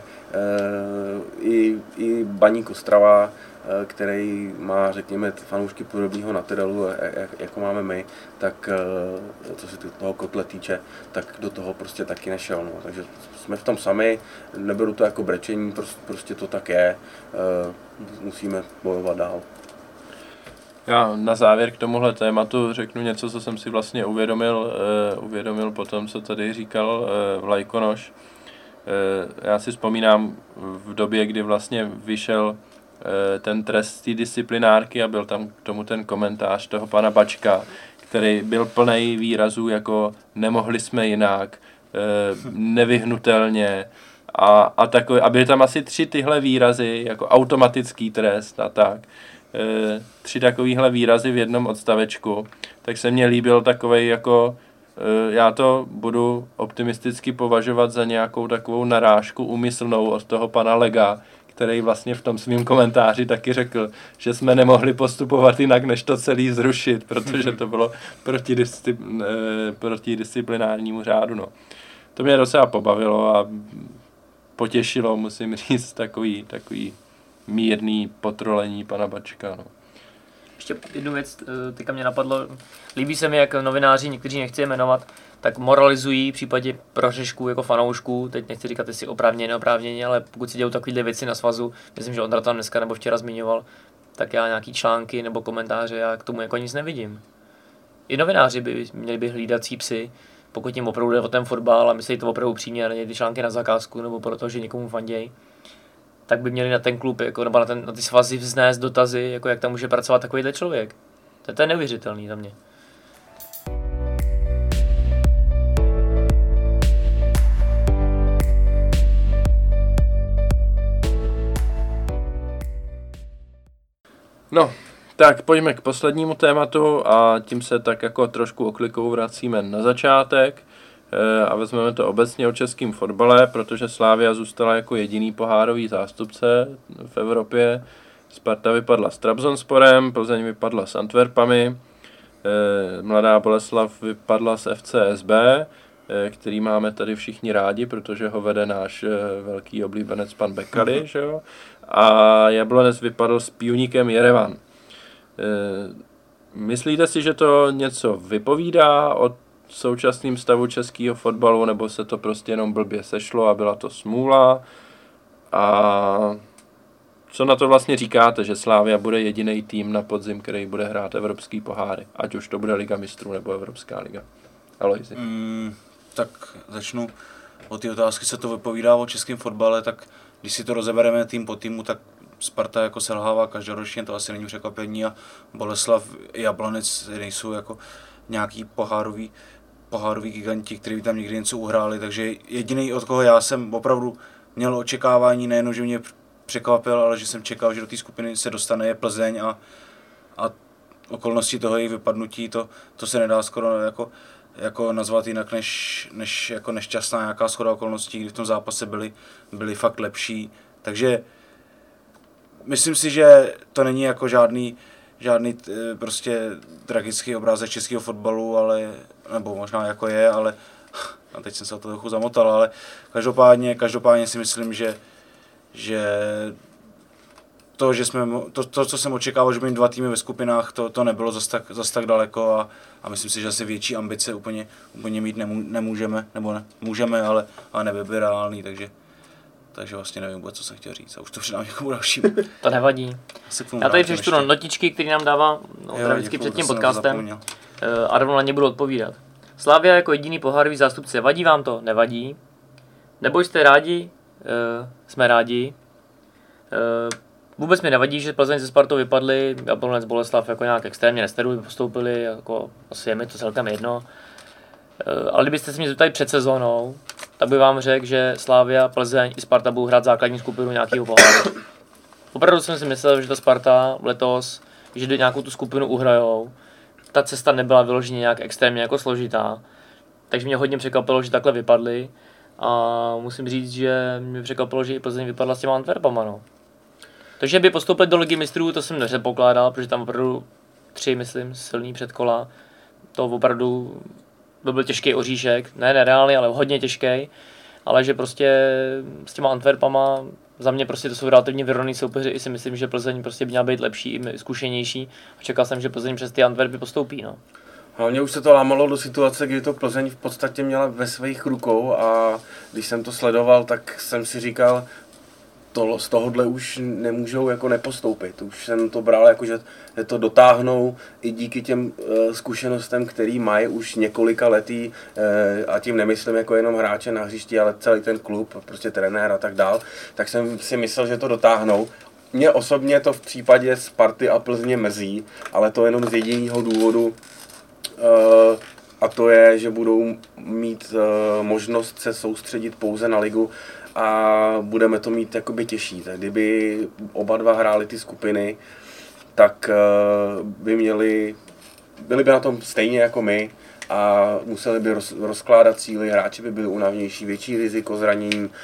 i, i Baník Ostrava, který má, řekněme, fanoušky podobného naturelu, jako máme my, tak co se toho kotle týče, tak do toho prostě taky nešel. No. Takže jsme v tom sami, neberu to jako brečení, prostě to tak je, musíme bojovat dál. Já na závěr k tomuhle tématu řeknu něco, co jsem si vlastně uvědomil, uh, uvědomil po tom, co tady říkal uh, Vlajkonoš. Uh, já si vzpomínám v době, kdy vlastně vyšel uh, ten trest té disciplinárky a byl tam k tomu ten komentář toho pana Bačka, který byl plný výrazů jako nemohli jsme jinak, uh, nevyhnutelně a, a, takový, a byly tam asi tři tyhle výrazy jako automatický trest a tak. Tři takovýhle výrazy v jednom odstavečku, tak se mně líbil takovej jako, já to budu optimisticky považovat za nějakou takovou narážku úmyslnou od toho pana Lega, který vlastně v tom svém komentáři taky řekl, že jsme nemohli postupovat jinak, než to celý zrušit, protože to bylo proti, discipl- proti disciplinárnímu řádu. No. To mě docela pobavilo a potěšilo, musím říct, takový, takový mírný potrolení pana Bačka. No. Ještě jednu věc, teďka mě napadlo, líbí se mi, jak novináři, někteří nechci je jmenovat, tak moralizují v případě prohřešků jako fanoušků, teď nechci říkat, jestli oprávněně, neoprávněně, ale pokud si dělou takovýhle věci na svazu, myslím, že Ondra tam dneska nebo včera zmiňoval, tak já nějaký články nebo komentáře, já k tomu jako nic nevidím. I novináři by měli by hlídací psy, pokud jim opravdu jde o ten fotbal a myslí to opravdu přímě a není ty články na zakázku nebo proto, že někomu fandějí, tak by měli na ten klub jako, nebo na, ten, na ty svazy vznést dotazy, jako jak tam může pracovat takovýhle člověk. To, to je neuvěřitelný za mě. No, tak pojďme k poslednímu tématu a tím se tak jako trošku oklikou vracíme na začátek a vezmeme to obecně o českém fotbale, protože Slavia zůstala jako jediný pohárový zástupce v Evropě. Sparta vypadla s Trabzonsporem, Plzeň vypadla s Antwerpami, Mladá Boleslav vypadla s F C S B, který máme tady všichni rádi, protože ho vede náš velký oblíbenec pan Bekali, že jo? A Jablonec vypadl s Pionikem Jerevan. Myslíte si, že to něco vypovídá o současném stavu českého fotbalu, nebo se to prostě jenom blbě sešlo a byla to smůla? A co na to vlastně říkáte, že Slavia bude jediný tým na podzim, který bude hrát evropský poháry, ať už to bude Liga mistrů nebo Evropská liga? Alojzi. Mm, tak začnu od té otázky, se to vypovídá o českém fotbale, tak když si to rozebereme tým po týmu, tak Sparta jako selhává každoročně, to asi není překvapení, a Boleslav i Jablonec nejsou jako nějaký pohárový, pohárový giganti, kteří by tam někdy něco uhráli, takže jediný, od koho já jsem opravdu měl očekávání, nejen, že mě překvapil, ale že jsem čekal, že do té skupiny se dostane, je Plzeň, a, a okolnosti toho jejich vypadnutí, to, to se nedá skoro jako, jako nazvat jinak než, než jako nešťastná nějaká shoda okolností, kdy v tom zápase byli, byli fakt lepší, takže myslím si, že to není jako žádný, žádný prostě tragický obrázek českého fotbalu, ale, nebo možná jako je, ale a teď jsem se o to trochu zamotal, ale každopádně, každopádně si myslím, že, že to, že jsme, to, to, co jsem očekával, že budeme dva týmy ve skupinách, to, to nebylo zas tak, zas tak daleko, a, a myslím si, že asi větší ambice úplně, úplně mít nemů, nemůžeme, nebo ne, můžeme, ale, ale nebyl reálný, takže Takže vlastně nevím vůbec, co jsem chtěl říct, a už to předám někomu dalšímu. To nevadí. Já tady přečtu no, notičky, které nám dává no, jo, vždycky před tím podcastem. Uh, a rovnou na ně budu odpovídat. Slavia jako jediný pohárový zástupce. Vadí vám to? Nevadí. Nebo jste rádi? Uh, jsme rádi. Uh, vůbec mi nevadí, že Plzeň se Spartou vypadli, Jablonec, Boleslav jako nějak extrémně nesterují, postoupili, jako asi je mi to celkem jedno. Uh, ale kdybyste se mě zeptali před sezónou, tak by vám řekl, že Slavia, Plzeň i Sparta budou hrát základní skupinu nějakého poháru. Opravdu jsem si myslel, že ta Sparta letos, že nějakou tu skupinu uhrajou. Ta cesta nebyla vyloženě nějak extrémně jako složitá. Takže mě hodně překvapilo, že takhle vypadly. A musím říct, že mě překvapilo, že i Plzeň vypadla s těma Antwerpama. No. Takže by postoupit do Ligy mistrů, to jsem nepředpokládal, protože tam opravdu tři, myslím, silný předkola. To opravdu by byl těžký oříšek, ne nereálný, ale hodně těžký. Ale že prostě s těma Antwerpama, za mě prostě to jsou relativně vyrovnaný soupeři, i si myslím, že Plzeň prostě měla být lepší, i zkušenější. A čekal jsem, že Plzeň přes ty Antwerpy postoupí. No. Hlavně už se to lámalo do situace, kdy to Plzeň v podstatě měla ve svých rukou a když jsem to sledoval, tak jsem si říkal, to, z tohohle už nemůžou jako nepostoupit. Už jsem to bral jako, že, že to dotáhnou i díky těm uh, zkušenostem, který mají už několika letý, uh, a tím nemyslím jako jenom hráče na hřišti, ale celý ten klub, prostě trenér a tak dál, tak jsem si myslel, že to dotáhnou. Mě osobně to v případě Sparty a Plzně mrzí, ale to jenom z jediného důvodu, uh, a to je, že budou mít uh, možnost se soustředit pouze na ligu a budeme to mít jakoby těžší. Tak kdyby oba dva hráli ty skupiny, tak uh, by měli, byli by na tom stejně jako my a museli by roz, rozkládat síly, hráči by byli unavnější, větší riziko zranění uh,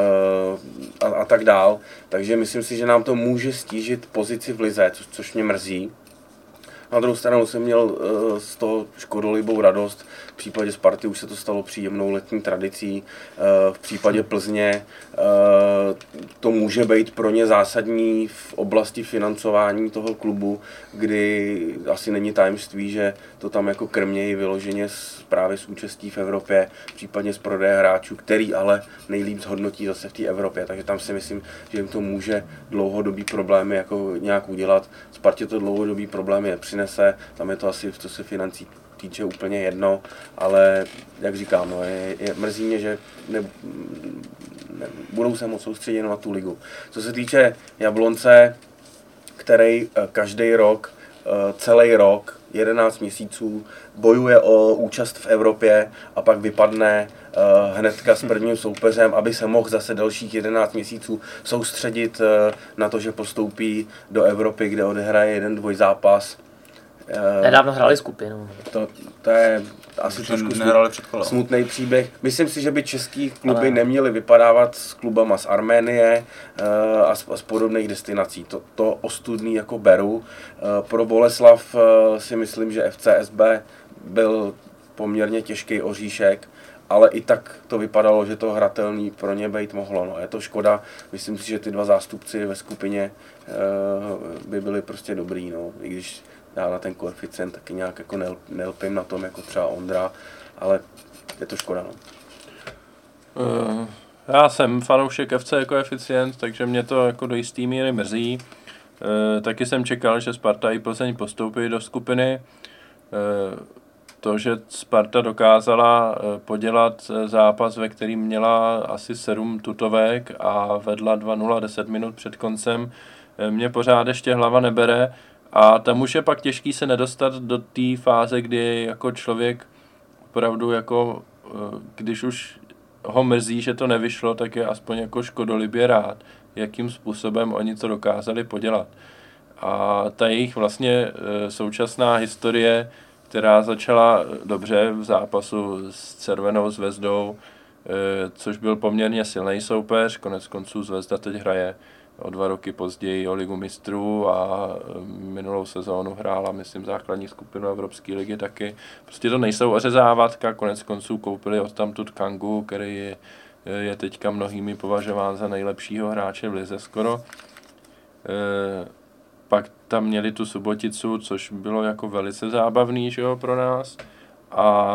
a, a tak dál. Takže myslím si, že nám to může stížit pozici v lize, co, což mě mrzí. Na druhou stranu jsem měl uh, z toho škodolibou radost. V případě Sparty už se to stalo příjemnou letní tradicí. Uh, v případě Plzně uh, to může být pro ně zásadní v oblasti financování toho klubu, kdy asi není tajemství, že to tam jako krmějí vyloženě s, právě s účastí v Evropě, případně z prodeje hráčů, který ale nejlíp zhodnotí zase v té Evropě. Takže tam si myslím, že jim to může dlouhodobý problémy jako nějak udělat. Spartě to dlouhodobý problémy nepřinese, tam je to asi, co se financí týče, úplně jedno, ale jak říkám, no, je, je, mrzí mě, že ne, ne, budou se moc soustředit na tu ligu. Co se týče Jablonce, který každý rok, celý rok, jedenáct měsíců, bojuje o účast v Evropě a pak vypadne hnedka s prvním soupeřem, aby se mohl zase dalších jedenáct měsíců soustředit na to, že postoupí do Evropy, kde odehraje jeden dvojzápas. Nedávno hráli skupinu. To, to je asi trošku smutný příběh. Myslím si, že by český kluby Ale... neměly vypadávat s klubama z Arménie uh, a, z, a z podobných destinací. To, to ostudný jako beru. Uh, pro Boleslav uh, si myslím, že F C S B byl poměrně těžký oříšek, ale i tak to vypadalo, že to hratelný pro ně být mohlo. No, je to škoda. Myslím si, že ty dva zástupci ve skupině uh, by byli prostě dobrý. No, i když já na ten koeficient taky nějak jako nelpím na tom, jako třeba Ondra, ale je to škoda. No. Uh, já jsem fanoušek F C koeficient, takže mě to jako do jistý míry mrzí. Uh, taky jsem čekal, že Sparta i Plzeň postoupí do skupiny. Uh, to, že Sparta dokázala podělat zápas, ve kterým měla asi sedm tutovek a vedla dva nula deset minut před koncem, mě pořád ještě hlava nebere. A tam už je pak těžký se nedostat do té fáze, kdy jako člověk opravdu jako, když už ho mrzí, že to nevyšlo, tak je aspoň jako škodolibě rád, jakým způsobem oni to dokázali podělat. A ta jejich vlastně současná historie, která začala dobře v zápasu s Červenou Zvezdou, což byl poměrně silný soupeř, konec konců Zvezda teď hraje o dva roky později o Ligu mistrů a minulou sezónu hrála, myslím, základní skupinu Evropské ligy taky. Prostě to nejsou ořezávatka, konec konců koupili odtamtud Kangu, který je, je teďka mnohými považován za nejlepšího hráče v lize skoro. E, pak tam měli tu Suboticu, což bylo jako velice zábavný, že jo, pro nás. A,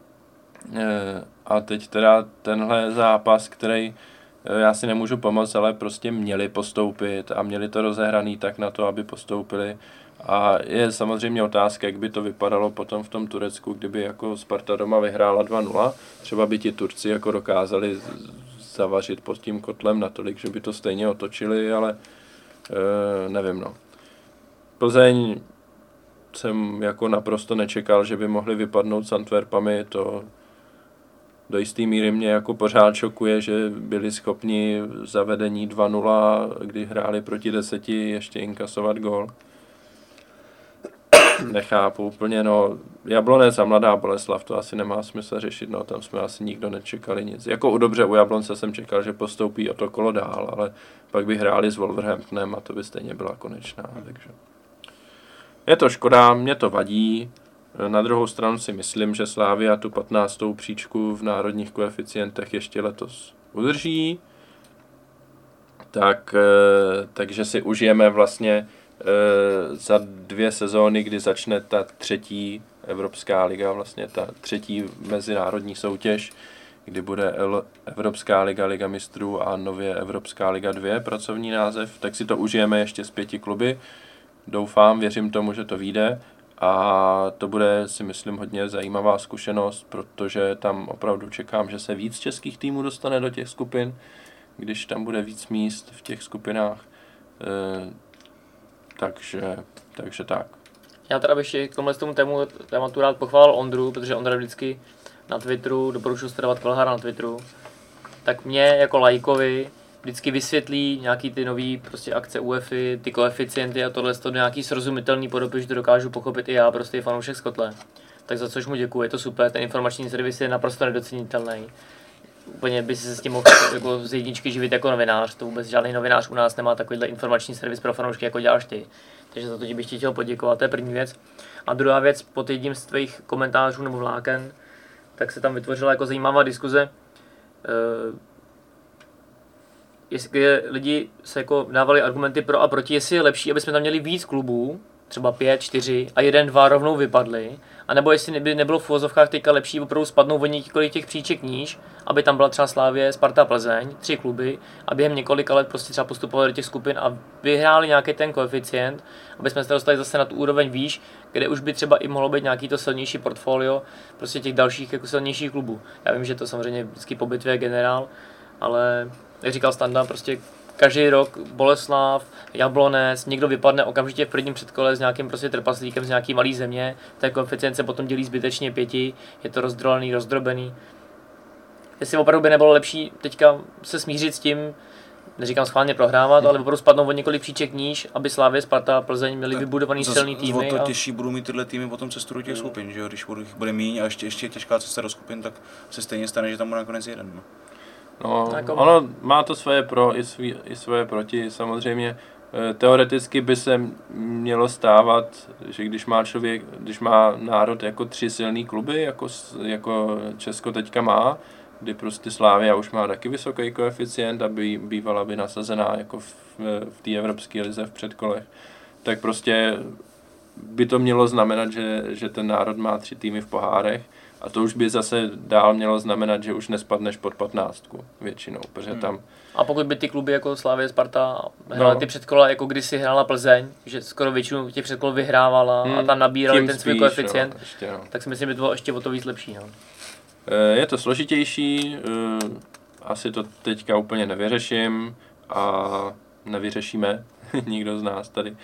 e, a teď teda tenhle zápas, který já si nemůžu pomoct, ale prostě měli postoupit a měli to rozehraný tak na to, aby postoupili. A je samozřejmě otázka, jak by to vypadalo potom v tom Turecku, kdyby jako Sparta doma vyhrála dva nula. Třeba by ti Turci jako dokázali zavařit pod tím kotlem natolik, že by to stejně otočili, ale e, nevím no. Plzeň jsem jako naprosto nečekal, že by mohli vypadnout s Antwerpami, to do jisté míry mě jako pořád šokuje, že byli schopni zavedení dva nula, kdy hráli proti deseti, ještě inkasovat gól. Nechápu úplně, no, Jablonec a Mladá Boleslav, to asi nemá smysl řešit, no, tam jsme asi nikdo nečekali nic. Jako u dobře, u Jablonce jsem čekal, že postoupí o to kolo dál, ale pak by hráli s Wolverhamptonem a to by stejně byla konečná, takže. Je to škoda, mě to vadí. Na druhou stranu si myslím, že Slavia tu patnáctou příčku v národních koeficientech ještě letos udrží. Tak, takže si užijeme vlastně za dvě sezóny, kdy začne ta třetí Evropská liga, vlastně ta třetí mezinárodní soutěž, kdy bude Evropská liga, Liga mistrů a nově Evropská liga dva, pracovní název, tak si to užijeme ještě s pěti kluby. Doufám, věřím tomu, že to vyjde a to bude, si myslím, hodně zajímavá zkušenost, protože tam opravdu čekám, že se víc českých týmů dostane do těch skupin, když tam bude víc míst v těch skupinách. E, takže, takže tak. Já teda bych k tomhle tomu tému, tématu rád pochválil Ondru, protože Ondra vždycky na Twitteru, doporučuji sledovat Kvelhára na Twitteru, tak mě jako laikovi vždycky vysvětlí nějaký ty nový prostě akce UEFA, ty koeficienty a tohle do nějaký srozumitelný podoby, že to dokážu pochopit i já, prostě fanoušek z kotle. Tak za což mu děkuji, je to super, ten informační servis je naprosto nedocenitelný. Úplně by si se s tím mohl jako z jedničky živit jako novinář, to vůbec žádný novinář u nás nemá takovýhle informační servis pro fanoušky, jako děláš ty. Takže za to ti bych ti chtěl poděkovat, to je první věc. A druhá věc, pod jedním z tvých komentářů nebo vláken, tak se tam vytvořila jako zajímavá diskuze. Uh, jestli lidi se jako dávali argumenty pro a proti, jestli je lepší, aby jsme tam měli víc klubů, třeba pět, čtyři a jeden, dva rovnou vypadly, anebo jestli by nebylo v uvozovkách teďka lepší opravdu spadnout o několik těch příček níž, aby tam byla třeba Slavie, Sparta, Plzeň, tři kluby a během několika let prostě třeba postupovali do těch skupin a vyhráli nějaký ten koeficient, aby jsme se dostali zase na tu úroveň výš, kde už by třeba i mohlo být nějaký to silnější portfolio prostě těch dalších jako silnějších klubů. Já vím, že to samozřejmě vždycky po bitvě je generál, ale jak říkal Standa, prostě každý rok Boleslav, Jablonec, někdo vypadne okamžitě v prvním předkole s nějakým prostě trpaslíkem z nějaký malý země, ten koeficient se potom dělí zbytečně pěti, je to rozdrolený, rozdrobený. Jestli opravdu by nebylo lepší teďka se smířit s tím, neříkám schválně prohrávat, hmm. ale opravdu spadnout o několik příček níž, aby Slavie, Sparta, Plzeň měli vybudovaný silný týmy. O to a... těžší budou mít tyhle týmy potom cestu do těch skupin, že jo? Když bude míň a ještě, ještě těžká cesta do skupin, tak se stejně stane, že tam bude nakonec jeden. No. No, ono má to svoje pro i, svý, i svoje proti. Samozřejmě teoreticky by se mělo stávat, že když má člověk, když má národ jako tři silný kluby, jako, jako Česko teďka má, kdy prostě Slavia už má taky vysoký koeficient, aby bývala by nasazená jako v, v té evropské lize v předkolech, tak prostě by to mělo znamenat, že, že ten národ má tři týmy v pohárech. A to už by zase dál mělo znamenat, že už nespadneš pod patnáctku většinou, protože hmm. tam... A pokud by ty kluby jako Slavie, Sparta hrály no. ty předkola, jako když si hrála Plzeň, že skoro většinu těch předkol vyhrávala hmm. a tam nabírali Tím ten svůj koeficient, no, ještě, no. tak si myslím, že by to bylo ještě o to víc lepší. No. Je to složitější, asi to teďka úplně nevyřeším a nevyřešíme nikdo z nás tady.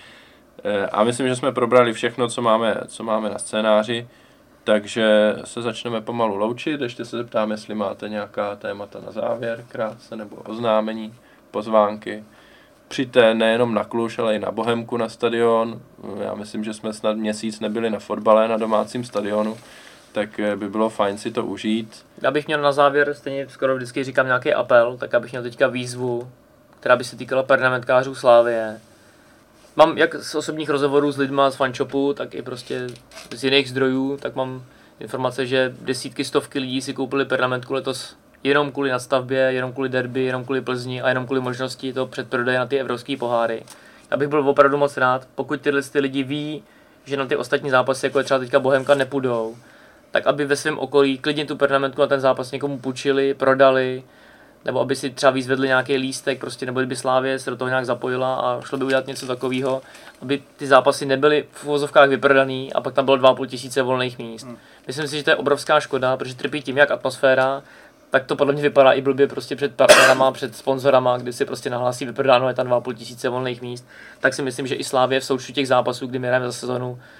A myslím, že jsme probrali všechno, co máme, co máme na scénáři. Takže se začneme pomalu loučit, ještě se zeptám, jestli máte nějaká témata na závěr, krátce, nebo oznámení, pozvánky. Přijďte nejenom na Kluž, ale i na Bohemku na stadion. Já myslím, že jsme snad měsíc nebyli na fotbale na domácím stadionu, tak by bylo fajn si to užít. Já bych měl na závěr, stejně skoro vždycky říkám nějaký apel, tak abych měl teďka výzvu, která by se týkala pernamentkářů Slavie. Mám jak z osobních rozhovorů s lidma z fanshopu, tak i prostě z jiných zdrojů, tak mám informace, že desítky, stovky lidí si koupili pernamentku letos jenom kvůli nastavbě, jenom kvůli derby, jenom kvůli Plzni a jenom kvůli možnosti toho předprodeje na ty evropské poháry. Já bych byl opravdu moc rád, pokud tyhle ty lidi ví, že na ty ostatní zápasy, jako je třeba teďka Bohemka, nepůjdou, tak aby ve svém okolí klidně tu pernamentku na ten zápas někomu půjčili, prodali, nebo aby si třeba vyzvedli nějaký lístek, prostě, nebo kdyby Slavie se do toho nějak zapojila a šlo by udělat něco takového, aby ty zápasy nebyly v uvozovkách vyprodaný a pak tam bylo dva a půl tisíce volných míst. Hmm. Myslím si, že to je obrovská škoda, protože trpí tím jak atmosféra, tak to podle mě vypadá i blbě prostě před partnerama, před sponzorama, kdy si prostě nahlásí vyprodáno je tam dva a půl tisíce volných míst, tak si myslím, že i Slavie v součtu těch zápasů, kdy my hrajeme za sezonu,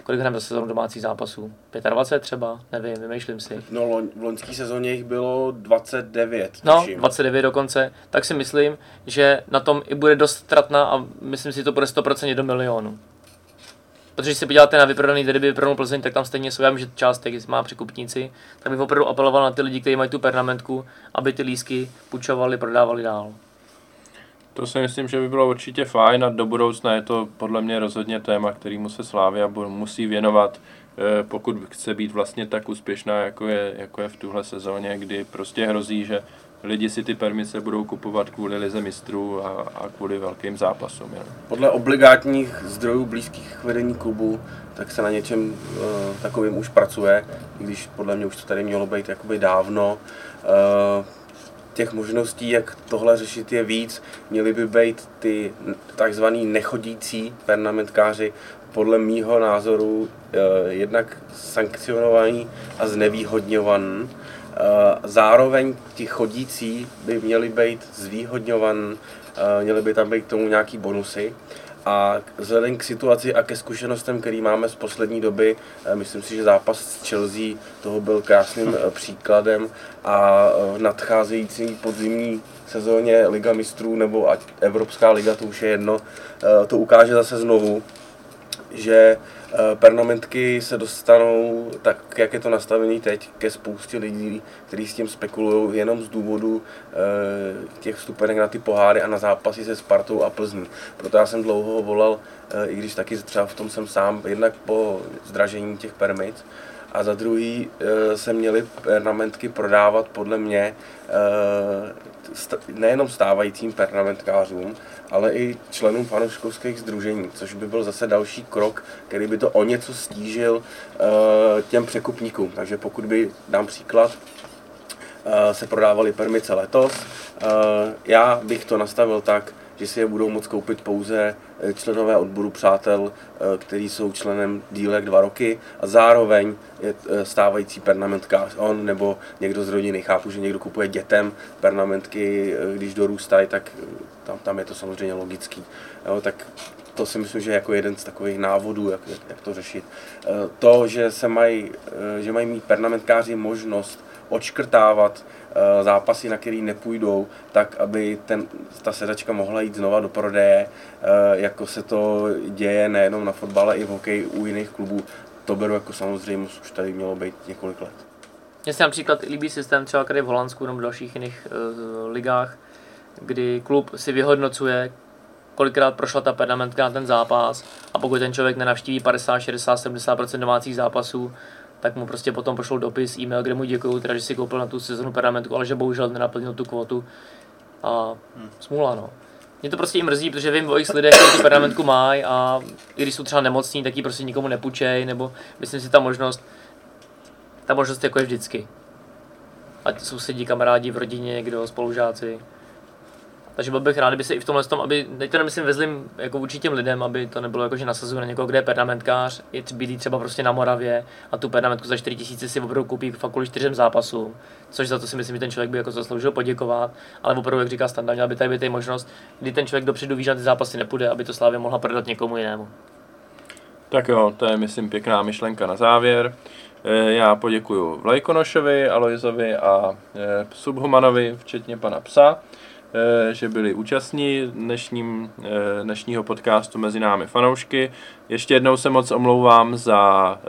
kolik hrajeme za sezónu domácích zápasů? dvacet pět třeba? Nevím, vymýšlím si. No, loň, v loňské sezóně jich bylo dvacet devět. No, tuším. dvacet devět dokonce. Tak si myslím, že na tom i bude dost tratná a myslím si, že to bude sto procent do milionu. Protože když si podíváte na vyprodaný, tedy by vyprodanou Plzeň, tak tam stejně jsou, já vím, že část těch má překupníci, tak bych opravdu apeloval na ty lidi, kteří mají tu pernamentku, aby ty lístky půjčovali, prodávali dál. To si myslím, že by bylo určitě fajn a do budoucna je to podle mě rozhodně téma, kterému se Slavia musí věnovat, pokud chce být vlastně tak úspěšná, jako je, jako je v tuhle sezóně, kdy prostě hrozí, že lidi si ty permice budou kupovat kvůli lize mistrů a, a kvůli velkým zápasům. Jen. Podle obligátních zdrojů blízkých vedení klubu, tak se na něčem uh, takovým už pracuje, i když podle mě už to tady mělo být jakoby dávno. Uh, těch možností, jak tohle řešit, je víc. Měly by být ty takzvaný nechodící pernamentkáři podle mýho názoru uh, jednak sankcionovaný a znevýhodňovaný. Zároveň ti chodící by měli být zvýhodňovaní, měly by tam být k tomu nějaký bonusy. A vzhledem k situaci a ke zkušenostem, který máme z poslední doby, myslím si, že zápas s Chelsea toho byl krásným příkladem a v nadcházející podzimní sezóně Liga mistrů nebo ať Evropská liga, to už je jedno, to ukáže zase znovu, že pernamentky se dostanou, tak jak je to nastavený teď, ke spoustě lidí, kteří s tím spekulují jenom z důvodu těch vstupenek na ty poháry a na zápasy se Spartou a Plzní. Proto já jsem dlouho volal, i když taky třeba v tom jsem sám, jednak po zdražení těch permit, a za druhý se měly pernamentky prodávat podle mě nejenom stávajícím pernamentkářům, ale i členům fanouškovských sdružení, což by byl zase další krok, který by to o něco stížil těm překupníkům. Takže pokud by, dám příklad, se prodávaly permice letos, já bych to nastavil tak, že si je budou moct koupit pouze členové odboru přátel, kteří jsou členem dílek dva roky a zároveň je stávající pernamentkář, on nebo někdo z rodiny. Chápu, že někdo kupuje dětem pernamentky, když dorůstají, tak tam, tam je to samozřejmě logický. Jo, tak to si myslím, že je jako jeden z takových návodů, jak, jak, jak to řešit. To, že se mají, že mají mít pernamentkáři možnost odškrtávat uh, zápasy, na který nepůjdou, tak aby ten, ta sedačka mohla jít znova do prodeje, uh, jako se to děje nejenom na fotbale, i v hokeji u jiných klubů. To beru jako samozřejmost, už tady mělo být několik let. Mně se například líbí systém třeba tady v Holandsku nebo v dalších jiných uh, ligách, kdy klub si vyhodnocuje, kolikrát prošla ta pernamentka na ten zápas a pokud ten člověk nenavštíví padesát, šedesát, sedmdesát procent domácích zápasů, tak mu prostě potom pošlou dopis, e-mail, kde mu děkuju, teda, že si koupil na tu sezonu pernamentku, ale že bohužel nenaplnil tu kvotu a smůla, no. Mě to prostě i mrzí, protože vím o jich lidech, kteří tu pernamentku mají a i když jsou třeba nemocní, tak ji prostě nikomu nepůjčej, nebo myslím si ta možnost, ta možnost jako je vždycky. Ať sousedí, kamarádi, v rodině, někdo, spolužáci. Takže byl bych rád, kdyby se i v tomhle tom, aby, teď to nemyslím vezlim jako vůči těm lidem, aby to nebylo jako, že nasazují na někoho, kde je pernamentkář, je bydlí třeba prostě na Moravě a tu pernamentku za čtyři tisíce si opravdu koupí fakt kvůli čtyřem zápasům, což za to si myslím, že ten člověk by jako zasloužil poděkovat, ale opravdu, jak říká Standa, měla by tady být i možnost, kdy ten člověk dopředu ví, že na ty zápasy nepůjde, aby to Slavia mohla prodat někomu jinému. Tak jo, to je myslím pěkná myšlenka na závěr. Já poděkuju Vlajkonošovi, Alojzovi a Subhumanovi, včetně pana Psa, že byli účastní dnešním, dnešního podcastu Mezi námi fanoušky. Ještě jednou se moc omlouvám za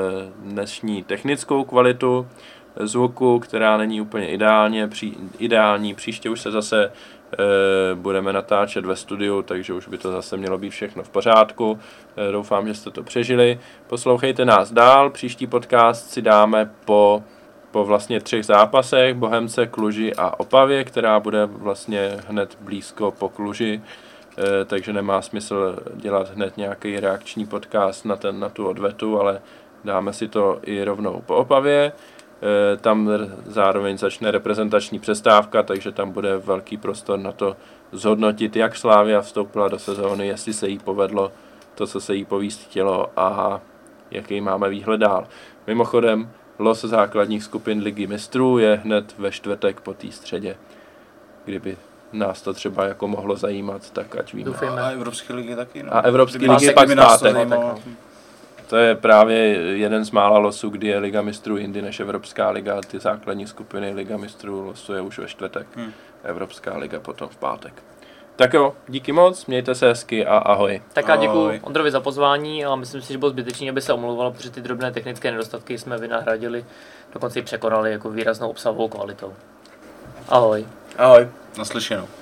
dnešní technickou kvalitu zvuku, která není úplně ideálně, při, ideální. Příště už se zase budeme natáčet ve studiu, takže už by to zase mělo být všechno v pořádku. Doufám, že jste to přežili. Poslouchejte nás dál. Příští podcast si dáme po po vlastně třech zápasech, Bohemce, Kluži a Opavě, která bude vlastně hned blízko po Kluži, e, takže nemá smysl dělat hned nějaký reakční podcast na, ten, na tu odvetu, ale dáme si to i rovnou po Opavě. E, tam zároveň začne reprezentační přestávka, takže tam bude velký prostor na to zhodnotit, jak Slavia vstoupila do sezóny, jestli se jí povedlo to, co se jí povíst chtělo a jaký máme výhled dál. Mimochodem, los základních skupin Ligy mistrů je hned ve čtvrtek po té středě. Kdyby nás to třeba jako mohlo zajímat, tak ať víme. A Evropské ligy taky. No. A Evropské ligy pak v pátek. To je právě jeden z mála losů, kdy je Liga mistrů jindy než Evropská liga. Ty základní skupiny Liga mistrů losuje už ve čtvrtek. Hmm. Evropská liga potom v pátek. Tak jo, díky moc, mějte se hezky a ahoj. Tak já děkuji Ondrovi za pozvání a myslím si, že bylo zbytečné, aby se omlouval, protože ty drobné technické nedostatky jsme vynahradili, dokonce i překonali jako výraznou obsahovou kvalitou. Ahoj. Ahoj. Naslyšenou.